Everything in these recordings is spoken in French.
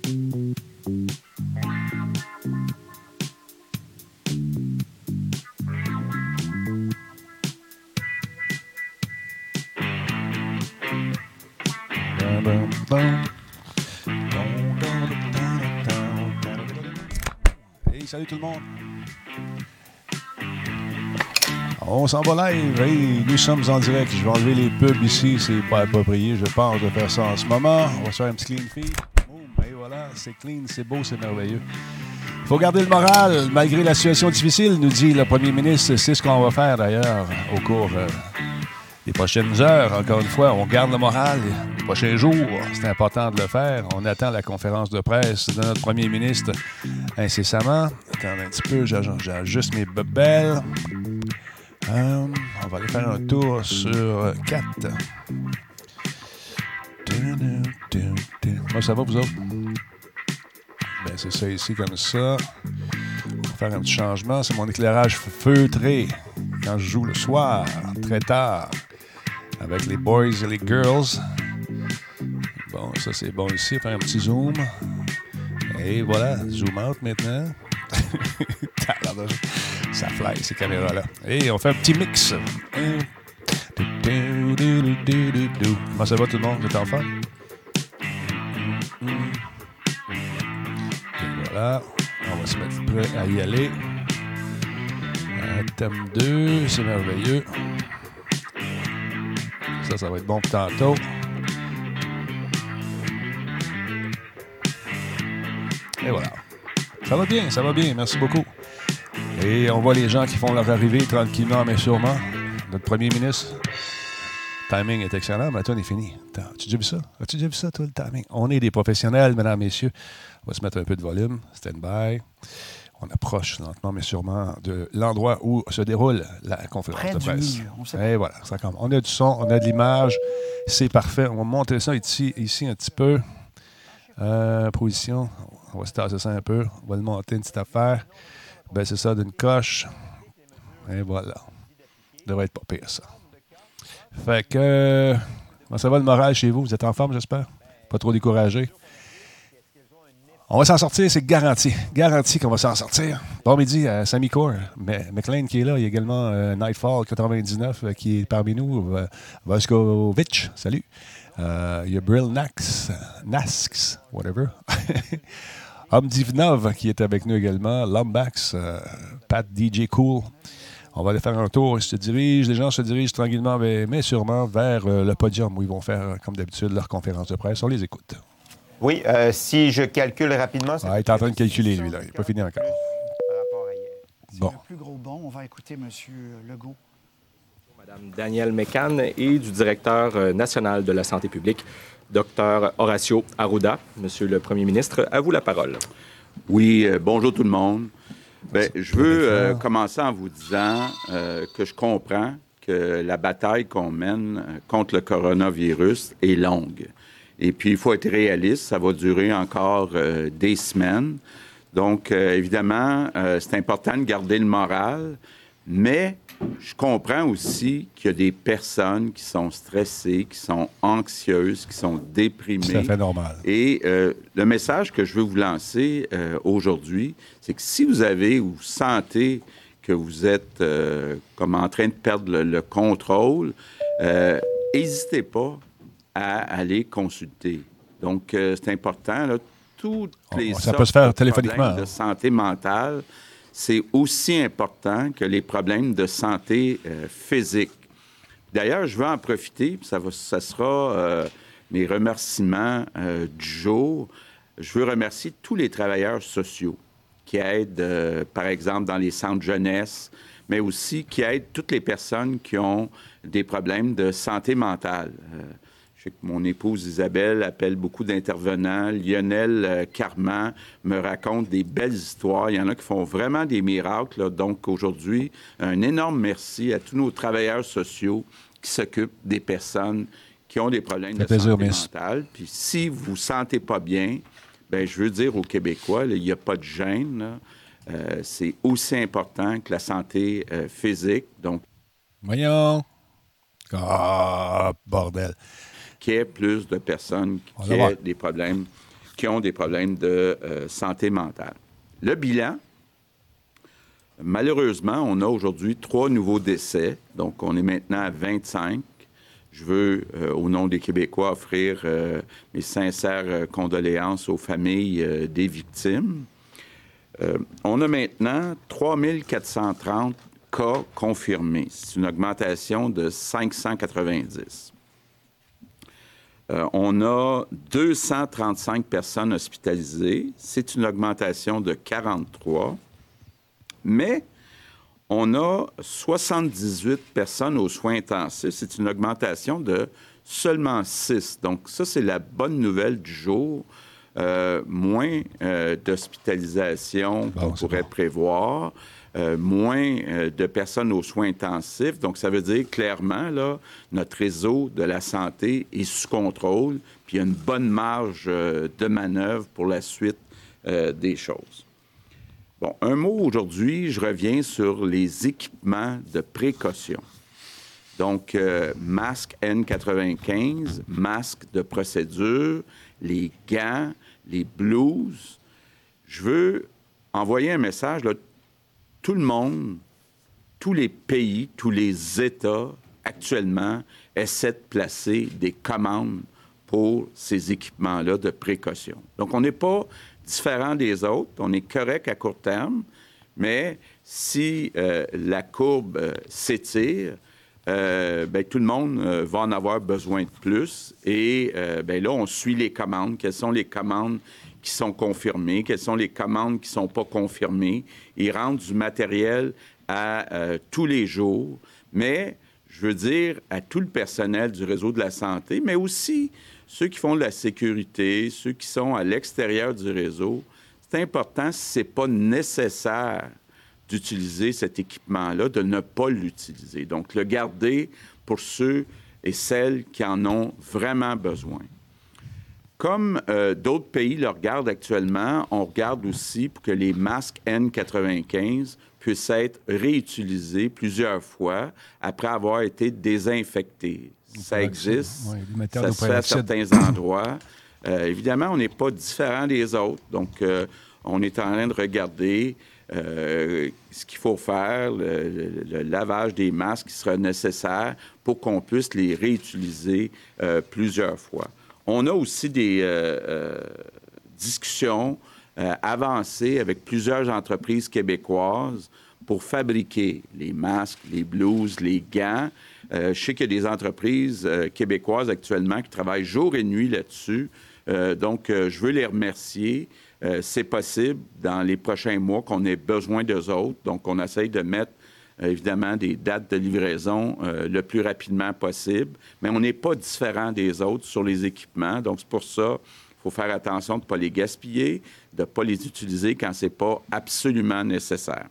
Hey, salut tout le monde. On s'en va live. Hey, nous sommes en direct. Je vais enlever les pubs ici. C'est pas approprié. Je pense de faire ça en ce moment. On va se faire un petit clean feed. Boom. Et voilà, c'est clean, c'est beau, c'est merveilleux. Il faut garder le moral malgré la situation difficile, nous dit le premier ministre. C'est ce qu'on va faire d'ailleurs au cours des prochaines heures. Encore une fois, on garde le moral. Les prochains jours, c'est important de le faire. On attend la conférence de presse de notre premier ministre incessamment. Attends un petit peu, j'ajuste mes bebelles. On va aller faire un tour sur 4. Moi, ça va, vous autres? Ben, c'est ça ici, comme ça. On va faire un petit changement. C'est mon éclairage feutré quand je joue le soir, très tard, avec les boys et les girls. Bon, ça, c'est bon ici. Faire un petit zoom. Et voilà, zoom out maintenant. Ça fly, ces caméras-là. Et on fait un petit mix. Comment ça va tout le monde? Vous êtes en forme? Et voilà. On va se mettre prêt à y aller. Thème 2, c'est merveilleux. Ça va être bon pour tantôt. Et voilà. Ça va bien. Merci beaucoup. Et on voit les gens qui font leur arrivée tranquillement, mais sûrement. Notre premier ministre, le timing est excellent, mais toi, on est fini. As-tu déjà vu ça? As-tu déjà vu ça, toi, le timing? On est des professionnels, mesdames, messieurs. On va se mettre un peu de volume. Stand-by. On approche lentement, mais sûrement de l'endroit où se déroule la conférence de presse. Et voilà, ça commence. On a du son, on a de l'image. C'est parfait. On va monter ça ici un petit peu. Position. On va se tasser ça un peu. On va le monter une petite affaire. Ben, c'est ça, d'une coche. Et voilà. Ça devrait être pas pire, ça. Fait que... comment ça va le moral chez vous? Vous êtes en forme, j'espère? Pas trop découragé? On va s'en sortir, c'est garanti. Garanti qu'on va s'en sortir. Bon midi à Sammy Core. McLean qui est là. Il y a également Nightfall 99 qui est parmi nous. Voskovic, salut. Il y a Brill Nasks, whatever. Divnov qui est avec nous également. Lombax, Pat DJ Cool. On va aller faire un tour. Les gens se dirigent tranquillement, mais sûrement vers le podium où ils vont faire, comme d'habitude, leur conférence de presse. On les écoute. Oui, si je calcule rapidement... Il est en train de calculer, lui, là. Il n'est pas fini encore. C'est le plus gros bon. On va écouter M. Legault. Madame Danielle Mécan et du directeur national de la santé publique, Dr Horacio Arruda. Monsieur le Premier ministre, à vous la parole. Oui, bonjour tout le monde. Bien, je veux commencer en vous disant que je comprends que la bataille qu'on mène contre le coronavirus est longue. Et puis, il faut être réaliste, ça va durer encore des semaines. Donc, évidemment, c'est important de garder le moral, mais je comprends aussi qu'il y a des personnes qui sont stressées, qui sont anxieuses, qui sont déprimées. C'est tout à fait normal. Et le message que je veux vous lancer aujourd'hui, c'est que si vous avez ou sentez que vous êtes comme en train de perdre le contrôle, n'hésitez pas à aller consulter. Donc, c'est important, là, toutes les ça peut se faire téléphoniquement de santé mentale, c'est aussi important que les problèmes de santé physique. D'ailleurs, je veux en profiter, ça sera mes remerciements du jour. Je veux remercier tous les travailleurs sociaux qui aident, par exemple, dans les centres jeunesse, mais aussi qui aident toutes les personnes qui ont des problèmes de santé mentale. Je sais que mon épouse Isabelle appelle beaucoup d'intervenants. Lionel Carman me raconte des belles histoires. Il y en a qui font vraiment des miracles, là. Donc, aujourd'hui, un énorme merci à tous nos travailleurs sociaux qui s'occupent des personnes qui ont des problèmes de santé mentale. Puis, si vous ne vous sentez pas bien, bien, je veux dire aux Québécois, là, il n'y a pas de gêne. C'est aussi important que la santé physique. Donc, voyons. Ah, bordel. Qu'il y ait plus de personnes qui aient des problèmes qui ont des problèmes de santé mentale. Le bilan, malheureusement, on a aujourd'hui 3 nouveaux décès. Donc, on est maintenant à 25. Je veux, au nom des Québécois, offrir mes sincères condoléances aux familles des victimes. On a maintenant 3430 cas confirmés. C'est une augmentation de 590. On a 235 personnes hospitalisées. C'est une augmentation de 43. Mais on a 78 personnes aux soins intensifs. C'est une augmentation de seulement 6. Donc, ça, c'est la bonne nouvelle du jour. Moins d'hospitalisation qu'on pourrait prévoir, moins de personnes aux soins intensifs. Donc, ça veut dire clairement, là, notre réseau de la santé est sous contrôle, puis il y a une bonne marge de manœuvre pour la suite des choses. Bon, un mot aujourd'hui, je reviens sur les équipements de précaution. Donc, masque N95, masque de procédure, les gants, les blouses. Je veux envoyer un message, là, tout le monde, tous les pays, tous les États, actuellement, essaient de placer des commandes pour ces équipements-là de précaution. Donc, on n'est pas différent des autres. On est correct à court terme, mais si la courbe s'étire, tout le monde va en avoir besoin de plus. Et là, on suit les commandes. Quelles sont les commandes qui sont confirmées? Quelles sont les commandes qui ne sont pas confirmées? Ils rentrent du matériel à tous les jours. Mais, je veux dire, à tout le personnel du réseau de la santé, mais aussi ceux qui font de la sécurité, ceux qui sont à l'extérieur du réseau, c'est important, si ce n'est pas nécessaire d'utiliser cet équipement-là, de ne pas l'utiliser. Donc, le garder pour ceux et celles qui en ont vraiment besoin. Comme d'autres pays le regardent actuellement, on regarde aussi pour que les masques N95 puissent être réutilisés plusieurs fois après avoir été désinfectés. Ça existe, ça se fait à certains endroits. Évidemment, on n'est pas différent des autres. Donc, on est en train de regarder ce qu'il faut faire, le lavage des masques qui sera nécessaire pour qu'on puisse les réutiliser plusieurs fois. On a aussi des discussions avancées avec plusieurs entreprises québécoises pour fabriquer les masques, les blouses, les gants. Je sais qu'il y a des entreprises québécoises actuellement qui travaillent jour et nuit là-dessus. Donc, je veux les remercier. C'est possible dans les prochains mois qu'on ait besoin d'eux autres. Donc, on essaye de mettre, évidemment, des dates de livraison le plus rapidement possible. Mais on n'est pas différent des autres sur les équipements. Donc, c'est pour ça qu'il faut faire attention de ne pas les gaspiller, de ne pas les utiliser quand ce n'est pas absolument nécessaire.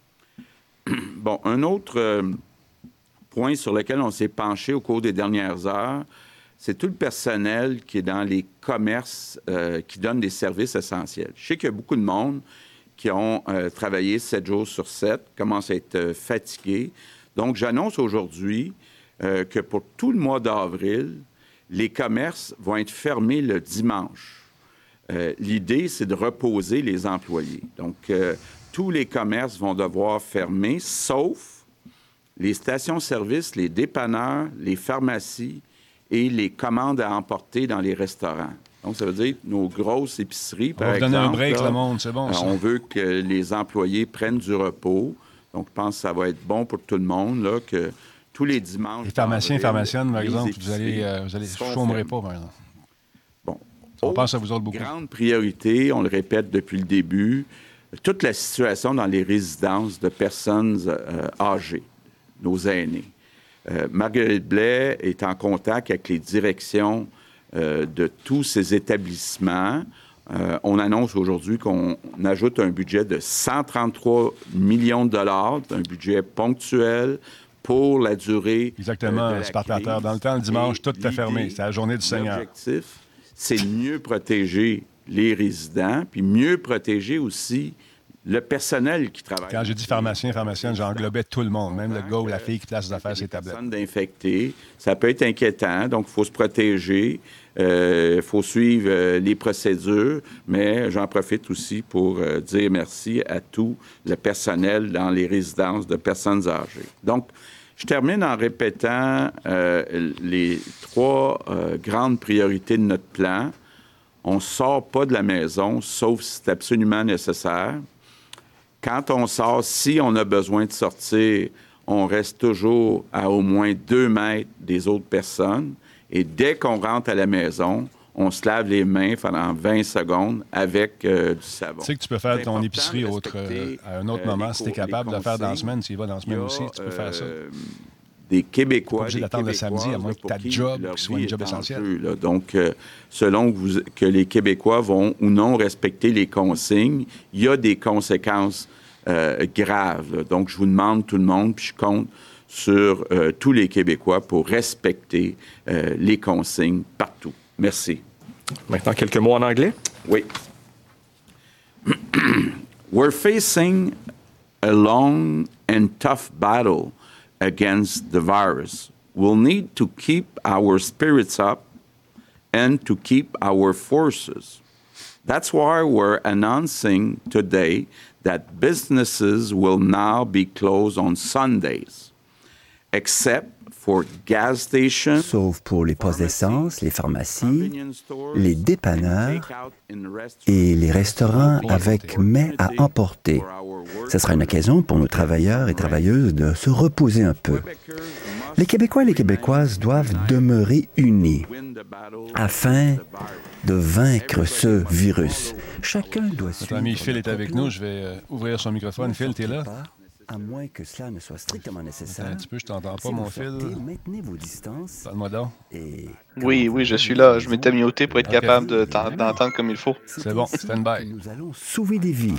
Bon, un autre point sur lequel on s'est penché au cours des dernières heures, c'est tout le personnel qui est dans les commerces qui donnent des services essentiels. Je sais qu'il y a beaucoup de monde qui ont travaillé 7 jours sur 7, commencent à être fatigués. Donc, j'annonce aujourd'hui que pour tout le mois d'avril, les commerces vont être fermés le dimanche. L'idée, c'est de reposer les employés. Donc, tous les commerces vont devoir fermer, sauf les stations-service, les dépanneurs, les pharmacies et les commandes à emporter dans les restaurants. Donc, ça veut dire que nos grosses épiceries, par exemple... On va donner un break, le monde, c'est bon, ça. On veut que les employés prennent du repos. Donc, je pense que ça va être bon pour tout le monde, là, que tous les dimanches... Les pharmaciens et pharmaciennes, par exemple, vous allez chômerez pas, par exemple. Bon. On pense à vous autres beaucoup. Grande priorité, on le répète depuis le début, toute la situation dans les résidences de personnes âgées, nos aînés. Marguerite Blais est en contact avec les directions de tous ces établissements. On annonce aujourd'hui qu'on ajoute un budget de 133 millions de dollars, un budget ponctuel pour la durée. Exactement, Spartateur. Dans le temps, le dimanche, tout est fermé. C'est la journée du Seigneur. L'objectif, c'est de mieux protéger les résidents, puis mieux protéger aussi le personnel qui travaille. Quand j'ai dit pharmacien, pharmacienne, j'englobais tout le monde, même le gars ou la fille qui place ses affaires sur les tablettes. Personnes d'infectés, ça peut être inquiétant, donc il faut se protéger, il faut suivre les procédures, mais j'en profite aussi pour dire merci à tout le personnel dans les résidences de personnes âgées. Donc, je termine en répétant les 3 grandes priorités de notre plan. On ne sort pas de la maison, sauf si c'est absolument nécessaire. Quand on sort, si on a besoin de sortir, on reste toujours à au moins 2 mètres des autres personnes. Et dès qu'on rentre à la maison, on se lave les mains pendant 20 secondes avec du savon. Tu sais que tu peux faire ton épicerie à un autre moment si tu es capable de le faire dans la semaine. S'il va dans la semaine aussi, tu peux faire ça. Des Québécois, des d'attendre le samedi, à moins que ta job soit une job essentielle. Donc, selon que les Québécois vont ou non respecter les consignes, il y a des conséquences graves. Là. Donc, je vous demande tout le monde, puis je compte sur tous les Québécois pour respecter les consignes partout. Merci. Maintenant, quelques mots en anglais? Oui. We're facing a long and tough battle against the virus. We'll need to keep our spirits up and to keep our forces. That's why we're announcing today that businesses will now be closed on Sundays, except for gas stations, sauf pour les postes d'essence, les pharmacies, les dépanneurs et les restaurants avec mets à emporter. Ce sera une occasion pour nos travailleurs et travailleuses de se reposer un peu. Les Québécois et les Québécoises doivent demeurer unis afin de vaincre ce virus. Chacun doit suivre... Notre ami Phil est avec nous. Je vais ouvrir son microphone. Phil, t'es là? À moins que cela ne soit strictement nécessaire. Attends un petit peu, je t'entends pas, mon Phil. Maintenez vos distances. Parle-moi donc. Oui, je suis là. Je m'étais muté pour être capable d'entendre comme il faut. C'est bon, stand by. Nous allons sauver des vies.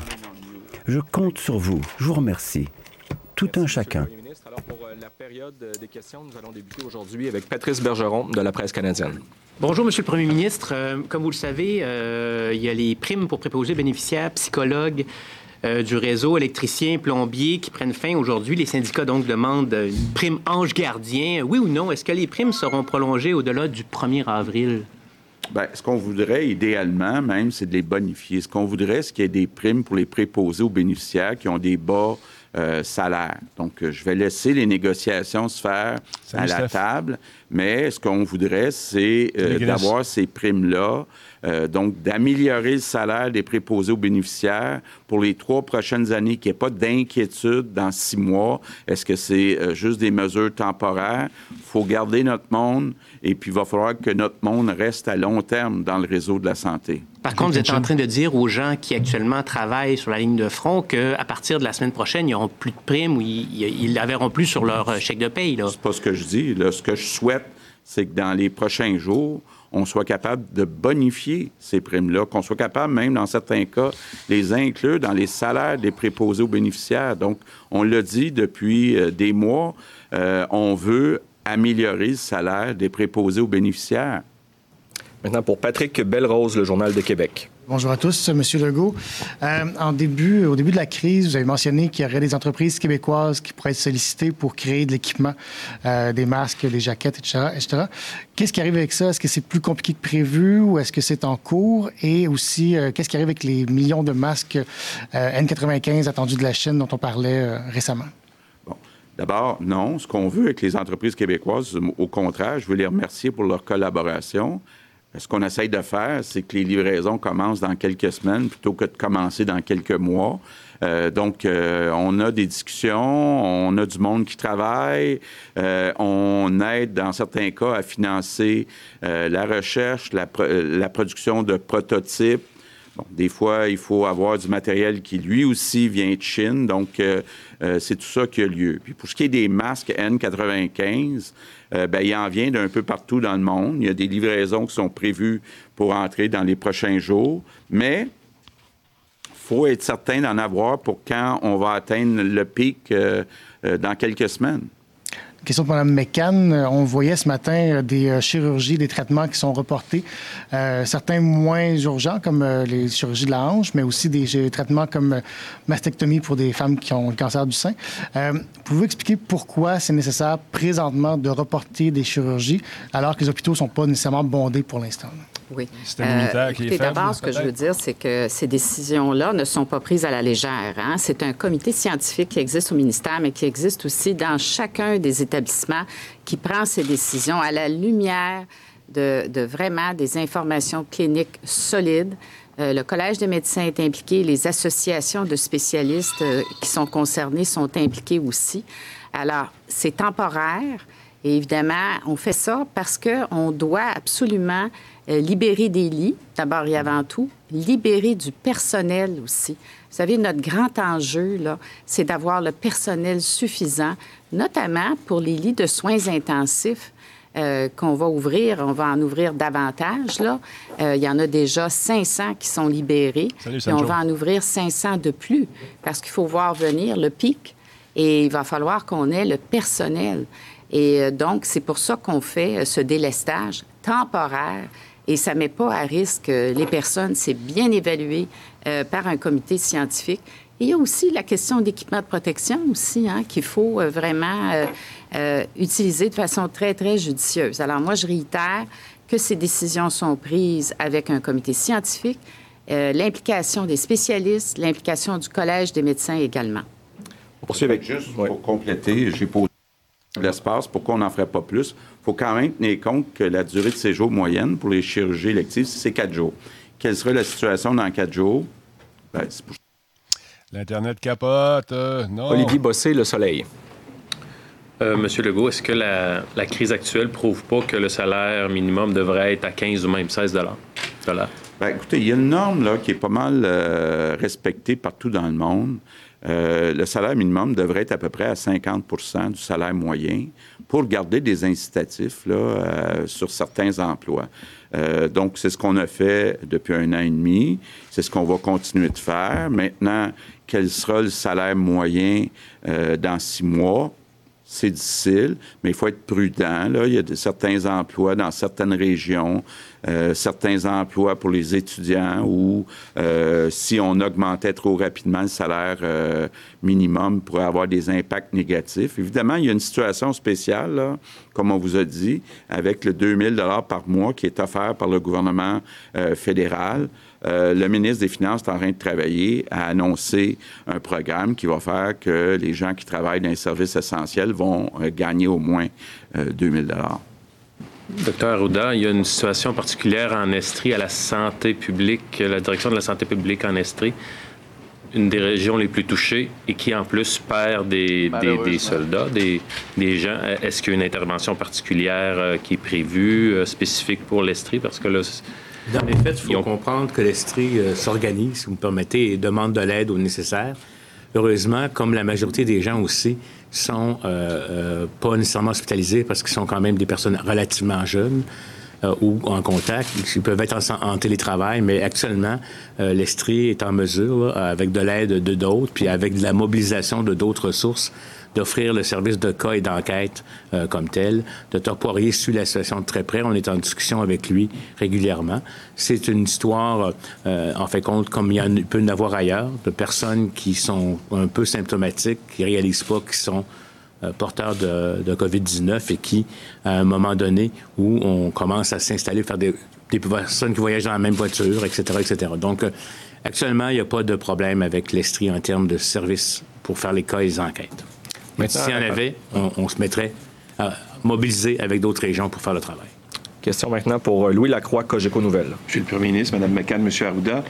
Je compte sur vous. Je vous remercie. Tout un chacun. Alors, pour la période des questions, nous allons débuter aujourd'hui avec Patrice Bergeron de la Presse canadienne. Bonjour, Monsieur le Premier ministre. Comme vous le savez, il y a les primes pour préposés bénéficiaires, psychologues du réseau, électriciens, plombiers qui prennent fin aujourd'hui. Les syndicats, donc, demandent une prime ange gardien. Oui ou non? Est-ce que les primes seront prolongées au-delà du 1er avril? Bien, ce qu'on voudrait, idéalement, même, c'est de les bonifier. Ce qu'on voudrait, c'est qu'il y ait des primes pour les préposés aux bénéficiaires qui ont des bas salaires. Donc, je vais laisser les négociations se faire à la table, mais ce qu'on voudrait, c'est d'avoir ces primes-là, donc d'améliorer le salaire des préposés aux bénéficiaires pour les 3 prochaines années, qu'il n'y ait pas d'inquiétude dans 6 mois. Est-ce que c'est juste des mesures temporaires? Il faut garder notre monde et puis il va falloir que notre monde reste à long terme dans le réseau de la santé. Par contre, vous êtes en train de dire aux gens qui actuellement travaillent sur la ligne de front qu'à partir de la semaine prochaine, ils n'auront plus de primes ou ils la verront plus sur leur chèque de paye. Là. C'est pas ce que je dis. Là, ce que je souhaite, c'est que dans les prochains jours, on soit capable de bonifier ces primes-là, qu'on soit capable, même dans certains cas, les inclure dans les salaires des préposés aux bénéficiaires. Donc, on l'a dit depuis des mois, on veut améliorer le salaire des préposés aux bénéficiaires. Maintenant, pour Patrick Belrose, le Journal de Québec. Bonjour à tous, M. Legault. Au début de la crise, vous avez mentionné qu'il y aurait des entreprises québécoises qui pourraient être sollicitées pour créer de l'équipement, des masques, des jaquettes, etc. Qu'est-ce qui arrive avec ça? Est-ce que c'est plus compliqué que prévu ou est-ce que c'est en cours? Et aussi, qu'est-ce qui arrive avec les millions de masques N95 attendus de la Chine dont on parlait récemment? Bon. D'abord, non. Ce qu'on veut avec les entreprises québécoises, au contraire, je veux les remercier pour leur collaboration. Ce qu'on essaye de faire, c'est que les livraisons commencent dans quelques semaines plutôt que de commencer dans quelques mois. Donc, on a des discussions, on a du monde qui travaille, on aide dans certains cas à financer la recherche, la production de prototypes. Bon, des fois, il faut avoir du matériel qui, lui aussi, vient de Chine. Donc, c'est tout ça qui a lieu. Puis pour ce qui est des masques N95, il en vient d'un peu partout dans le monde. Il y a des livraisons qui sont prévues pour entrer dans les prochains jours. Mais il faut être certain d'en avoir pour quand on va atteindre le pic dans quelques semaines. Question pour Mme McCann. On voyait ce matin des chirurgies, des traitements qui sont reportés. Certains moins urgents, comme les chirurgies de la hanche, mais aussi des traitements comme mastectomie pour des femmes qui ont le cancer du sein. Pouvez-vous expliquer pourquoi c'est nécessaire présentement de reporter des chirurgies alors que les hôpitaux ne sont pas nécessairement bondés pour l'instant? Oui. Écoutez, d'abord, ce que je veux dire, c'est que ces décisions-là ne sont pas prises à la légère. Hein? C'est un comité scientifique qui existe au ministère, mais qui existe aussi dans chacun des établissements qui prend ces décisions à la lumière de vraiment des informations cliniques solides. Le Collège des médecins est impliqué, les associations de spécialistes qui sont concernés sont impliquées aussi. Alors, c'est temporaire. Et évidemment, on fait ça parce qu'on doit absolument libérer des lits, d'abord et avant tout, libérer du personnel aussi. Vous savez, notre grand enjeu, là, c'est d'avoir le personnel suffisant, notamment pour les lits de soins intensifs qu'on va ouvrir. On va en ouvrir davantage, là. Il y en a déjà 500 qui sont libérés. Et on va en ouvrir 500 de plus parce qu'il faut voir venir le pic et il va falloir qu'on ait le personnel. Et donc, c'est pour ça qu'on fait ce délestage temporaire et ça ne met pas à risque les personnes. C'est bien évalué par un comité scientifique. Et il y a aussi la question d'équipement de protection aussi, hein, qu'il faut vraiment utiliser de façon très, très judicieuse. Alors moi, je réitère que ces décisions sont prises avec un comité scientifique, l'implication des spécialistes, l'implication du Collège des médecins également. On poursuit avec juste pour compléter, j'ai posé l'espace, pourquoi on n'en ferait pas plus? Il faut quand même tenir compte que la durée de séjour moyenne pour les chirurgies électives, c'est 4 jours. Quelle serait la situation dans 4 jours? Ben, c'est pour... L'Internet capote, non. Olivier Bossé, Le Soleil. Monsieur Legault, est-ce que la crise actuelle prouve pas que le salaire minimum devrait être à 15 ou même 16 $? Ben, écoutez, il y a une norme là, qui est pas mal respectée partout dans le monde. Le salaire minimum devrait être à peu près à 50 % du salaire moyen pour garder des incitatifs là, sur certains emplois. Donc, c'est ce qu'on a fait depuis 1 an et demi. C'est ce qu'on va continuer de faire. Maintenant, quel sera le salaire moyen dans 6 mois? C'est difficile, mais il faut être prudent. Là. Il y a certains emplois dans certaines régions, certains emplois pour les étudiants où si on augmentait trop rapidement le salaire minimum, pourrait avoir des impacts négatifs. Évidemment, il y a une situation spéciale, là, comme on vous a dit, avec le 2 000 $ par mois qui est offert par le gouvernement fédéral. Le ministre des Finances est en train de travailler à annoncer un programme qui va faire que les gens qui travaillent dans les services essentiels vont gagner au moins 2 000 $. Docteur Arruda, il y a une situation particulière en Estrie à la santé publique, la direction de la santé publique en Estrie, une des régions les plus touchées et qui en plus perd des soldats, des gens. Est-ce qu'il y a une intervention particulière qui est prévue, spécifique pour l'Estrie? Parce que là... Dans les faits, il faut comprendre que l'Estrie s'organise, si vous me permettez, et demande de l'aide au nécessaire. Heureusement, comme la majorité des gens aussi sont pas nécessairement hospitalisés parce qu'ils sont quand même des personnes relativement jeunes ou en contact, ils peuvent être en télétravail, mais actuellement, l'Estrie est en mesure, là, avec de l'aide de d'autres, puis avec de la mobilisation de d'autres ressources, d'offrir le service de cas et d'enquête comme tel. Dr. Poirier suit la situation de très près. On est en discussion avec lui régulièrement. C'est une histoire, en fait, compte, comme il peut y en avoir ailleurs, de personnes qui sont un peu symptomatiques, qui ne réalisent pas qu'ils sont porteurs de COVID-19 et qui, à un moment donné, où on commence à s'installer, faire des personnes qui voyagent dans la même voiture, etc., etc. Donc, actuellement, il n'y a pas de problème avec l'Estrie en termes de services pour faire les cas et les enquêtes. Mais s'il y en avait, on se mettrait à mobiliser avec d'autres régions pour faire le travail. Question maintenant pour Louis Lacroix, Cogeco Nouvelles. Monsieur le Premier ministre, Mme McCann, M. Arruda.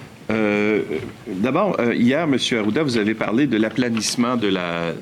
D'abord, hier, M. Arruda, vous avez parlé de l'aplanissement de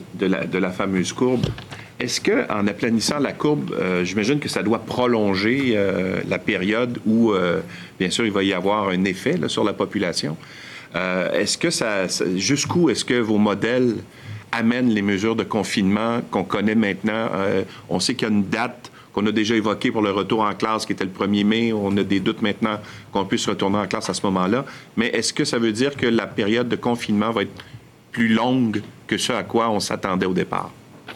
la fameuse courbe. Est-ce qu'en aplanissant la courbe, j'imagine que ça doit prolonger la période où, bien sûr, il va y avoir un effet là, sur la population? Est-ce que jusqu'où est-ce que vos modèles amènent les mesures de confinement qu'on connaît maintenant? On sait qu'il y a une date qu'on a déjà évoquée pour le retour en classe, qui était le 1er mai. On a des doutes maintenant qu'on puisse retourner en classe à ce moment-là. Mais est-ce que ça veut dire que la période de confinement va être plus longue que ce à quoi on s'attendait au départ?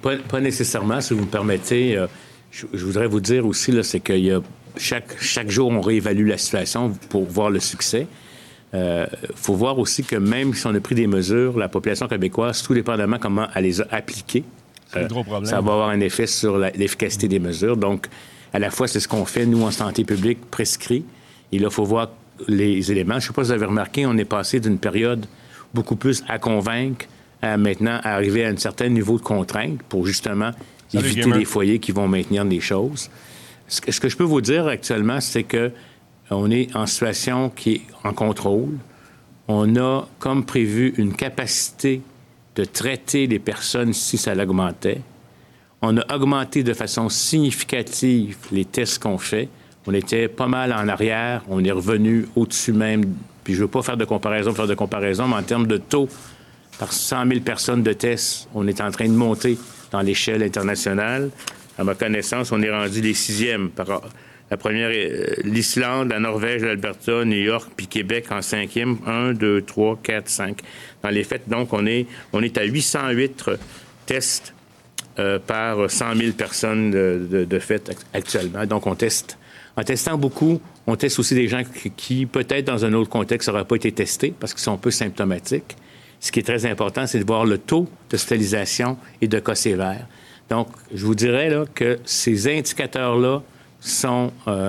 Pas nécessairement, si vous me permettez. Je voudrais vous dire aussi, là, c'est que chaque jour, on réévalue la situation pour voir le succès. Faut voir aussi que même si on a pris des mesures, la population québécoise, tout dépendamment comment elle les a appliquées, ça va avoir un effet sur l'efficacité des mesures. Donc, à la fois, c'est ce qu'on fait, nous, en santé publique, prescrit. Et là, il faut voir les éléments. Je ne sais pas si vous avez remarqué, on est passé d'une période beaucoup plus à convaincre à maintenant à arriver à un certain niveau de contrainte pour justement éviter les foyers qui vont maintenir des choses. Ce que je peux vous dire actuellement, c'est que on est en situation qui est en contrôle. On a, comme prévu, une capacité de traiter les personnes si ça l'augmentait. On a augmenté de façon significative les tests qu'on fait. On était pas mal en arrière. On est revenu au-dessus même. Puis je ne veux pas faire de comparaison, mais en termes de taux, par 100 000 personnes de tests, on est en train de monter dans l'échelle internationale. À ma connaissance, on est rendu les 6e. La première, l'Islande, la Norvège, l'Alberta, New York, puis Québec en 5e. 1, 2, 3, 4, 5. Dans les faits, donc, on est à 808 tests par 100 000 personnes de fait actuellement. Donc, on teste. En testant beaucoup, on teste aussi des gens qui peut-être, dans un autre contexte, n'auraient pas été testés parce qu'ils sont peu symptomatiques. Ce qui est très important, c'est de voir le taux d'hospitalisation et de cas sévères. Donc, je vous dirais là, que ces indicateurs-là sont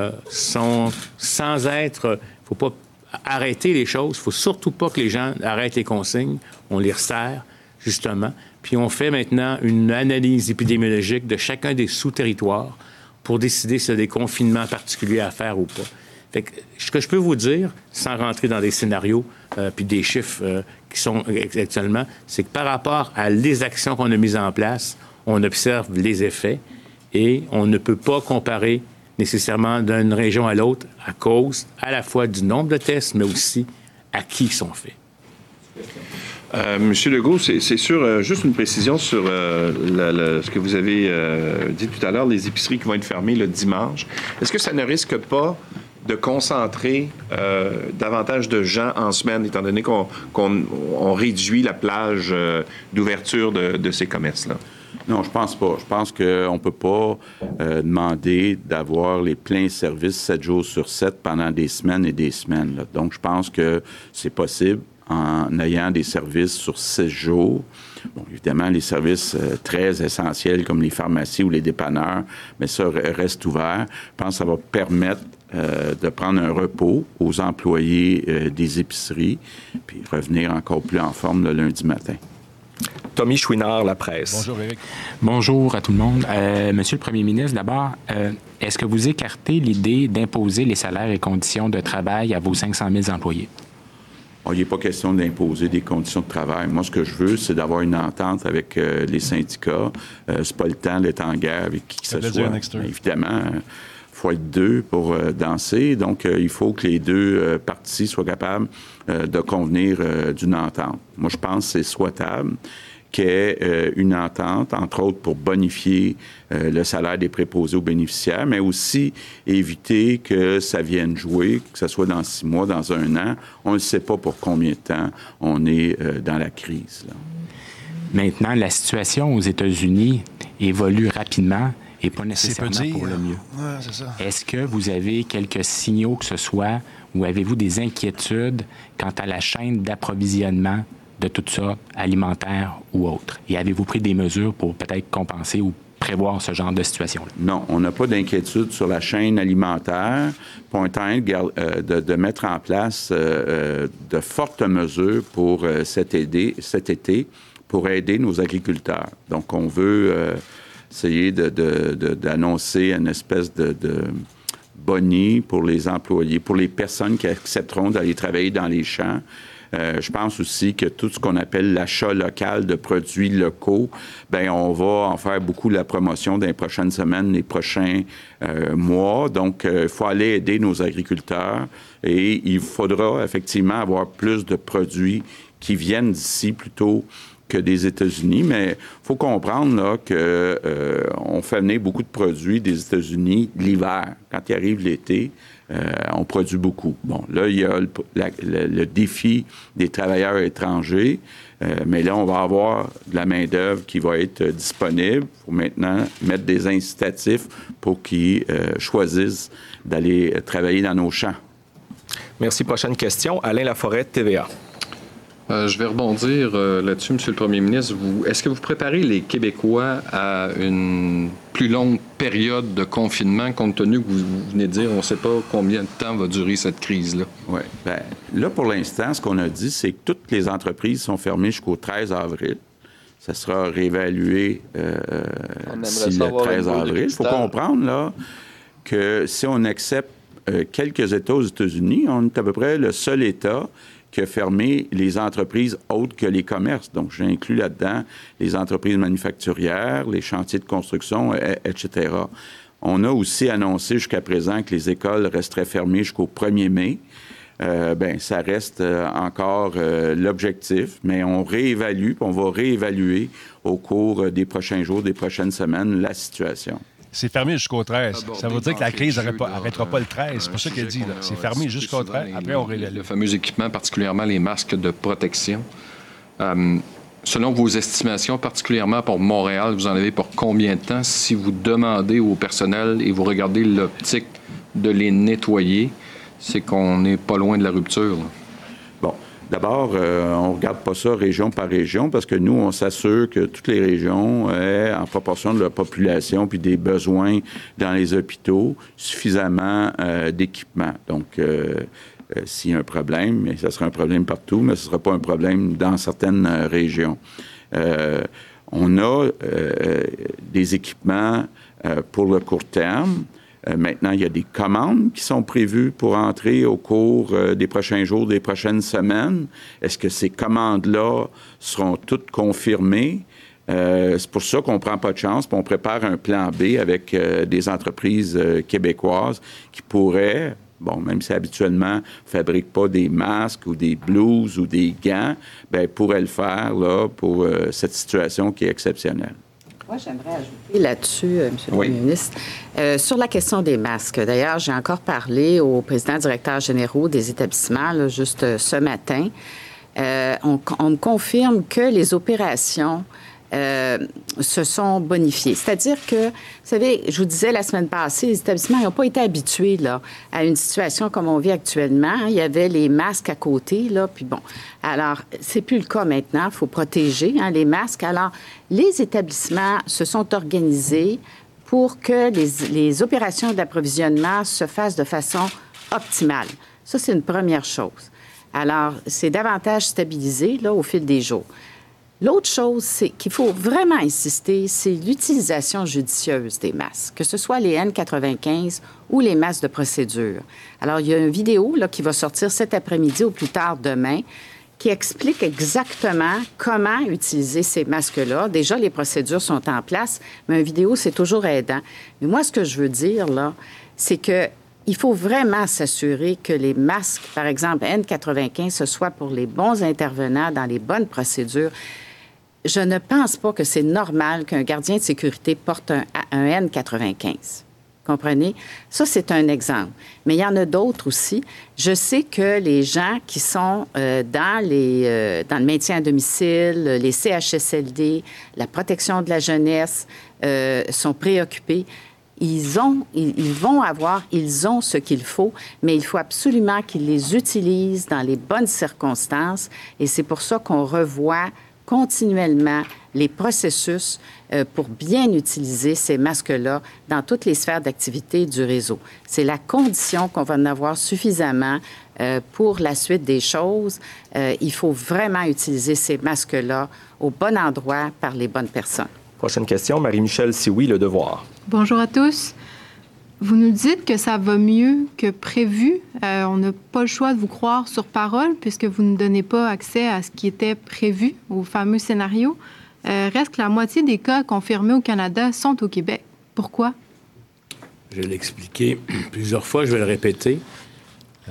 sans être... Il ne faut pas arrêter les choses. Il ne faut surtout pas que les gens arrêtent les consignes. On les resserre, justement. Puis on fait maintenant une analyse épidémiologique de chacun des sous-territoires pour décider s'il y a des confinements particuliers à faire ou pas. Fait que, ce que je peux vous dire, sans rentrer dans des scénarios puis des chiffres qui sont actuellement, c'est que par rapport à les actions qu'on a mises en place, on observe les effets et on ne peut pas comparer nécessairement d'une région à l'autre à cause à la fois du nombre de tests, mais aussi à qui ils sont faits. Monsieur Legault, c'est sûr, juste une précision sur ce que vous avez dit tout à l'heure, les épiceries qui vont être fermées le dimanche. Est-ce que ça ne risque pas de concentrer davantage de gens en semaine, étant donné qu'on réduit la plage d'ouverture de ces commerces-là? Non, je pense pas. Je pense qu'on ne peut pas demander d'avoir les pleins services 7 jours sur 7 pendant des semaines et des semaines, là. Donc, je pense que c'est possible en ayant des services sur 6 jours. Bon, évidemment, les services très essentiels comme les pharmacies ou les dépanneurs, mais ça reste ouvert. Je pense que ça va permettre de prendre un repos aux employés des épiceries, puis revenir encore plus en forme le lundi matin. Tommy Chouinard, La Presse. Bonjour, Éric. Bonjour à tout le monde. Monsieur le Premier ministre, d'abord, est-ce que vous écartez l'idée d'imposer les salaires et conditions de travail à vos 500 000 employés? Il n'est pas question d'imposer des conditions de travail. Moi, ce que je veux, c'est d'avoir une entente avec les syndicats. C'est pas le temps d'être en guerre avec qui que ce soit. Évidemment, il faut être deux pour danser. Donc, il faut que les deux parties soient capables de convenir d'une entente. Moi, je pense que c'est souhaitable qu'il y ait une entente, entre autres pour bonifier le salaire des préposés aux bénéficiaires, mais aussi éviter que ça vienne jouer, que ce soit dans 6 mois, dans 1 an. On ne sait pas pour combien de temps on est dans la crise, là. Maintenant, la situation aux États-Unis évolue rapidement et pas nécessairement pour le mieux. Ouais, c'est ça. Est-ce que vous avez quelques signaux que ce soit ou avez-vous des inquiétudes quant à la chaîne d'approvisionnement de tout ça, alimentaire ou autre? Et avez-vous pris des mesures pour peut-être compenser ou prévoir ce genre de situation-là? Non, on n'a pas d'inquiétude sur la chaîne alimentaire. Puis on est en train de mettre en place de fortes mesures pour cet été pour aider nos agriculteurs. Donc, on veut essayer d'annoncer une espèce de boni pour les employés, pour les personnes qui accepteront d'aller travailler dans les champs. Je pense aussi que tout ce qu'on appelle l'achat local de produits locaux, bien, on va en faire beaucoup la promotion dans les prochaines semaines, les prochains mois. Donc, il faut aller aider nos agriculteurs et il faudra effectivement avoir plus de produits qui viennent d'ici plutôt que des États-Unis, mais il faut comprendre là, qu'on fait venir beaucoup de produits des États-Unis l'hiver. Quand il arrive l'été, on produit beaucoup. Bon, là, il y a le défi des travailleurs étrangers, mais là, on va avoir de la main-d'œuvre qui va être disponible. Il faut maintenant mettre des incitatifs pour qu'ils choisissent d'aller travailler dans nos champs. Merci. Prochaine question. Alain Laforêt, TVA. Je vais rebondir là-dessus, M. le Premier ministre. Est-ce que vous préparez les Québécois à une plus longue période de confinement, compte tenu que vous venez de dire on ne sait pas combien de temps va durer cette crise-là? Oui. Bien, là, pour l'instant, ce qu'on a dit, c'est que toutes les entreprises sont fermées jusqu'au 13 avril. Ça sera réévalué d'ici le 13 avril. Il faut comprendre, là, que si on accepte quelques États aux États-Unis, on est à peu près le seul État qui a fermé les entreprises autres que les commerces. Donc, j'inclus là-dedans les entreprises manufacturières, les chantiers de construction, etc. On a aussi annoncé jusqu'à présent que les écoles resteraient fermées jusqu'au 1er mai. Bien, ça reste encore l'objectif, mais on réévalue, puis on va réévaluer au cours des prochains jours, des prochaines semaines, la situation. C'est fermé jusqu'au 13. Ça veut dire que la crise n'arrêtera pas le 13. C'est pour ça qu'il a dit. Là. C'est fermé jusqu'au 13. Après, on révèle. Le fameux équipement, particulièrement les masques de protection. Selon vos estimations, particulièrement pour Montréal, vous en avez pour combien de temps si vous demandez au personnel et vous regardez l'optique de les nettoyer? C'est qu'on n'est pas loin de la rupture. Là. Bon. D'abord, on ne regarde pas ça région par région parce que nous, on s'assure que toutes les régions aient, en proportion de leur population puis des besoins dans les hôpitaux, suffisamment d'équipement. Donc, s'il y a un problème, et ça sera un problème partout, mais ce ne sera pas un problème dans certaines régions. On a des équipements pour le court terme. Maintenant, il y a des commandes qui sont prévues pour entrer au cours des prochains jours, des prochaines semaines. Est-ce que ces commandes-là seront toutes confirmées? C'est pour ça qu'on ne prend pas de chance, puis on prépare un plan B avec des entreprises québécoises qui pourraient, bon, même si habituellement ne fabriquent pas des masques ou des blouses ou des gants, bien, pourraient le faire là, pour cette situation qui est exceptionnelle. Moi, j'aimerais ajouter là-dessus, M. le Premier ministre, sur la question des masques. D'ailleurs, j'ai encore parlé aux présidents directeurs généraux des établissements, là, juste ce matin. On me confirme que les opérations se sont bonifiées. C'est-à-dire que, vous savez, je vous disais la semaine passée, les établissements n'ont pas été habitués là, à une situation comme on vit actuellement. Il y avait les masques à côté, là, puis bon. Alors, c'est plus le cas maintenant. Il faut protéger les masques. Alors, les établissements se sont organisés pour que les opérations d'approvisionnement se fassent de façon optimale. Ça, c'est une première chose. Alors, c'est davantage stabilisé là, au fil des jours. L'autre chose, c'est qu'il faut vraiment insister, c'est l'utilisation judicieuse des masques, que ce soit les N95 ou les masques de procédure. Alors, il y a une vidéo là, qui va sortir cet après-midi ou plus tard demain qui explique exactement comment utiliser ces masques-là. Déjà, les procédures sont en place, mais une vidéo, c'est toujours aidant. Mais moi, ce que je veux dire, là, c'est que il faut vraiment s'assurer que les masques, par exemple N95, ce soit pour les bons intervenants dans les bonnes procédures. Je ne pense pas que c'est normal qu'un gardien de sécurité porte un N95. Comprenez? Ça, c'est un exemple. Mais il y en a d'autres aussi. Je sais que les gens qui sont dans le maintien à domicile, les CHSLD, la protection de la jeunesse, sont préoccupés. Ils ont ce qu'il faut, mais il faut absolument qu'ils les utilisent dans les bonnes circonstances. Et c'est pour ça qu'on revoit continuellement les processus pour bien utiliser ces masques-là dans toutes les sphères d'activité du réseau. C'est la condition qu'on va en avoir suffisamment pour la suite des choses. Il faut vraiment utiliser ces masques-là au bon endroit par les bonnes personnes. Prochaine question, Marie-Michel Sioui, Le Devoir. Bonjour à tous. Vous nous dites que ça va mieux que prévu. On n'a pas le choix de vous croire sur parole puisque vous ne donnez pas accès à ce qui était prévu, au fameux scénario. Reste que la moitié des cas confirmés au Canada sont au Québec. Pourquoi? Je l'ai expliqué plusieurs fois, je vais le répéter.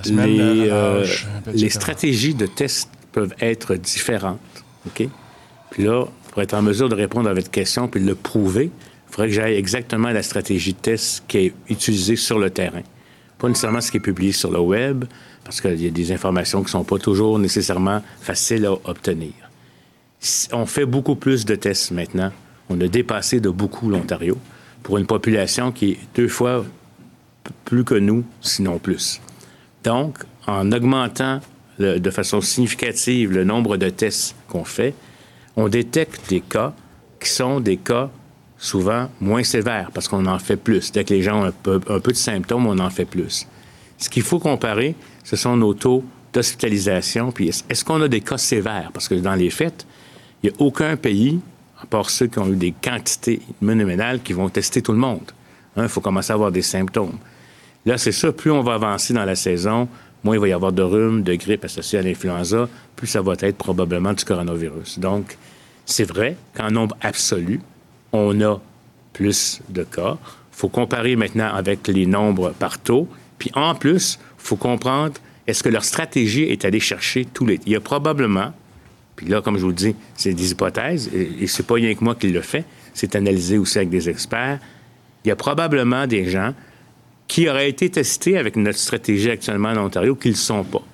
Les stratégies de test peuvent être différentes. OK? Puis là, pour être en mesure de répondre à votre question puis de le prouver, il faudrait que j'aille exactement à la stratégie de test qui est utilisée sur le terrain. Pas nécessairement ce qui est publié sur le web, parce qu'il y a des informations qui ne sont pas toujours nécessairement faciles à obtenir. On fait beaucoup plus de tests maintenant. On a dépassé de beaucoup l'Ontario pour une population qui est 2 fois plus que nous, sinon plus. Donc, en augmentant de façon significative le nombre de tests qu'on fait, on détecte des cas qui sont des cas souvent moins sévères parce qu'on en fait plus. Dès que les gens ont un peu de symptômes, on en fait plus. Ce qu'il faut comparer, ce sont nos taux d'hospitalisation. Puis est-ce qu'on a des cas sévères? Parce que dans les faits, il n'y a aucun pays, à part ceux qui ont eu des quantités monumentales, qui vont tester tout le monde. Il faut commencer à avoir des symptômes. Là, c'est ça, plus on va avancer dans la saison, moins il va y avoir de rhume, de grippe associée à l'influenza, plus ça va être probablement du coronavirus. Donc, c'est vrai qu'en nombre absolu, on a plus de cas. Il faut comparer maintenant avec les nombres par taux. Puis en plus, il faut comprendre, est-ce que leur stratégie est allée chercher tous les... Il y a probablement, puis là, comme je vous le dis, c'est des hypothèses, et c'est pas rien que moi qui le fais, c'est analysé aussi avec des experts. Il y a probablement des gens qui auraient été testés avec notre stratégie actuellement en Ontario qui ne le sont pas.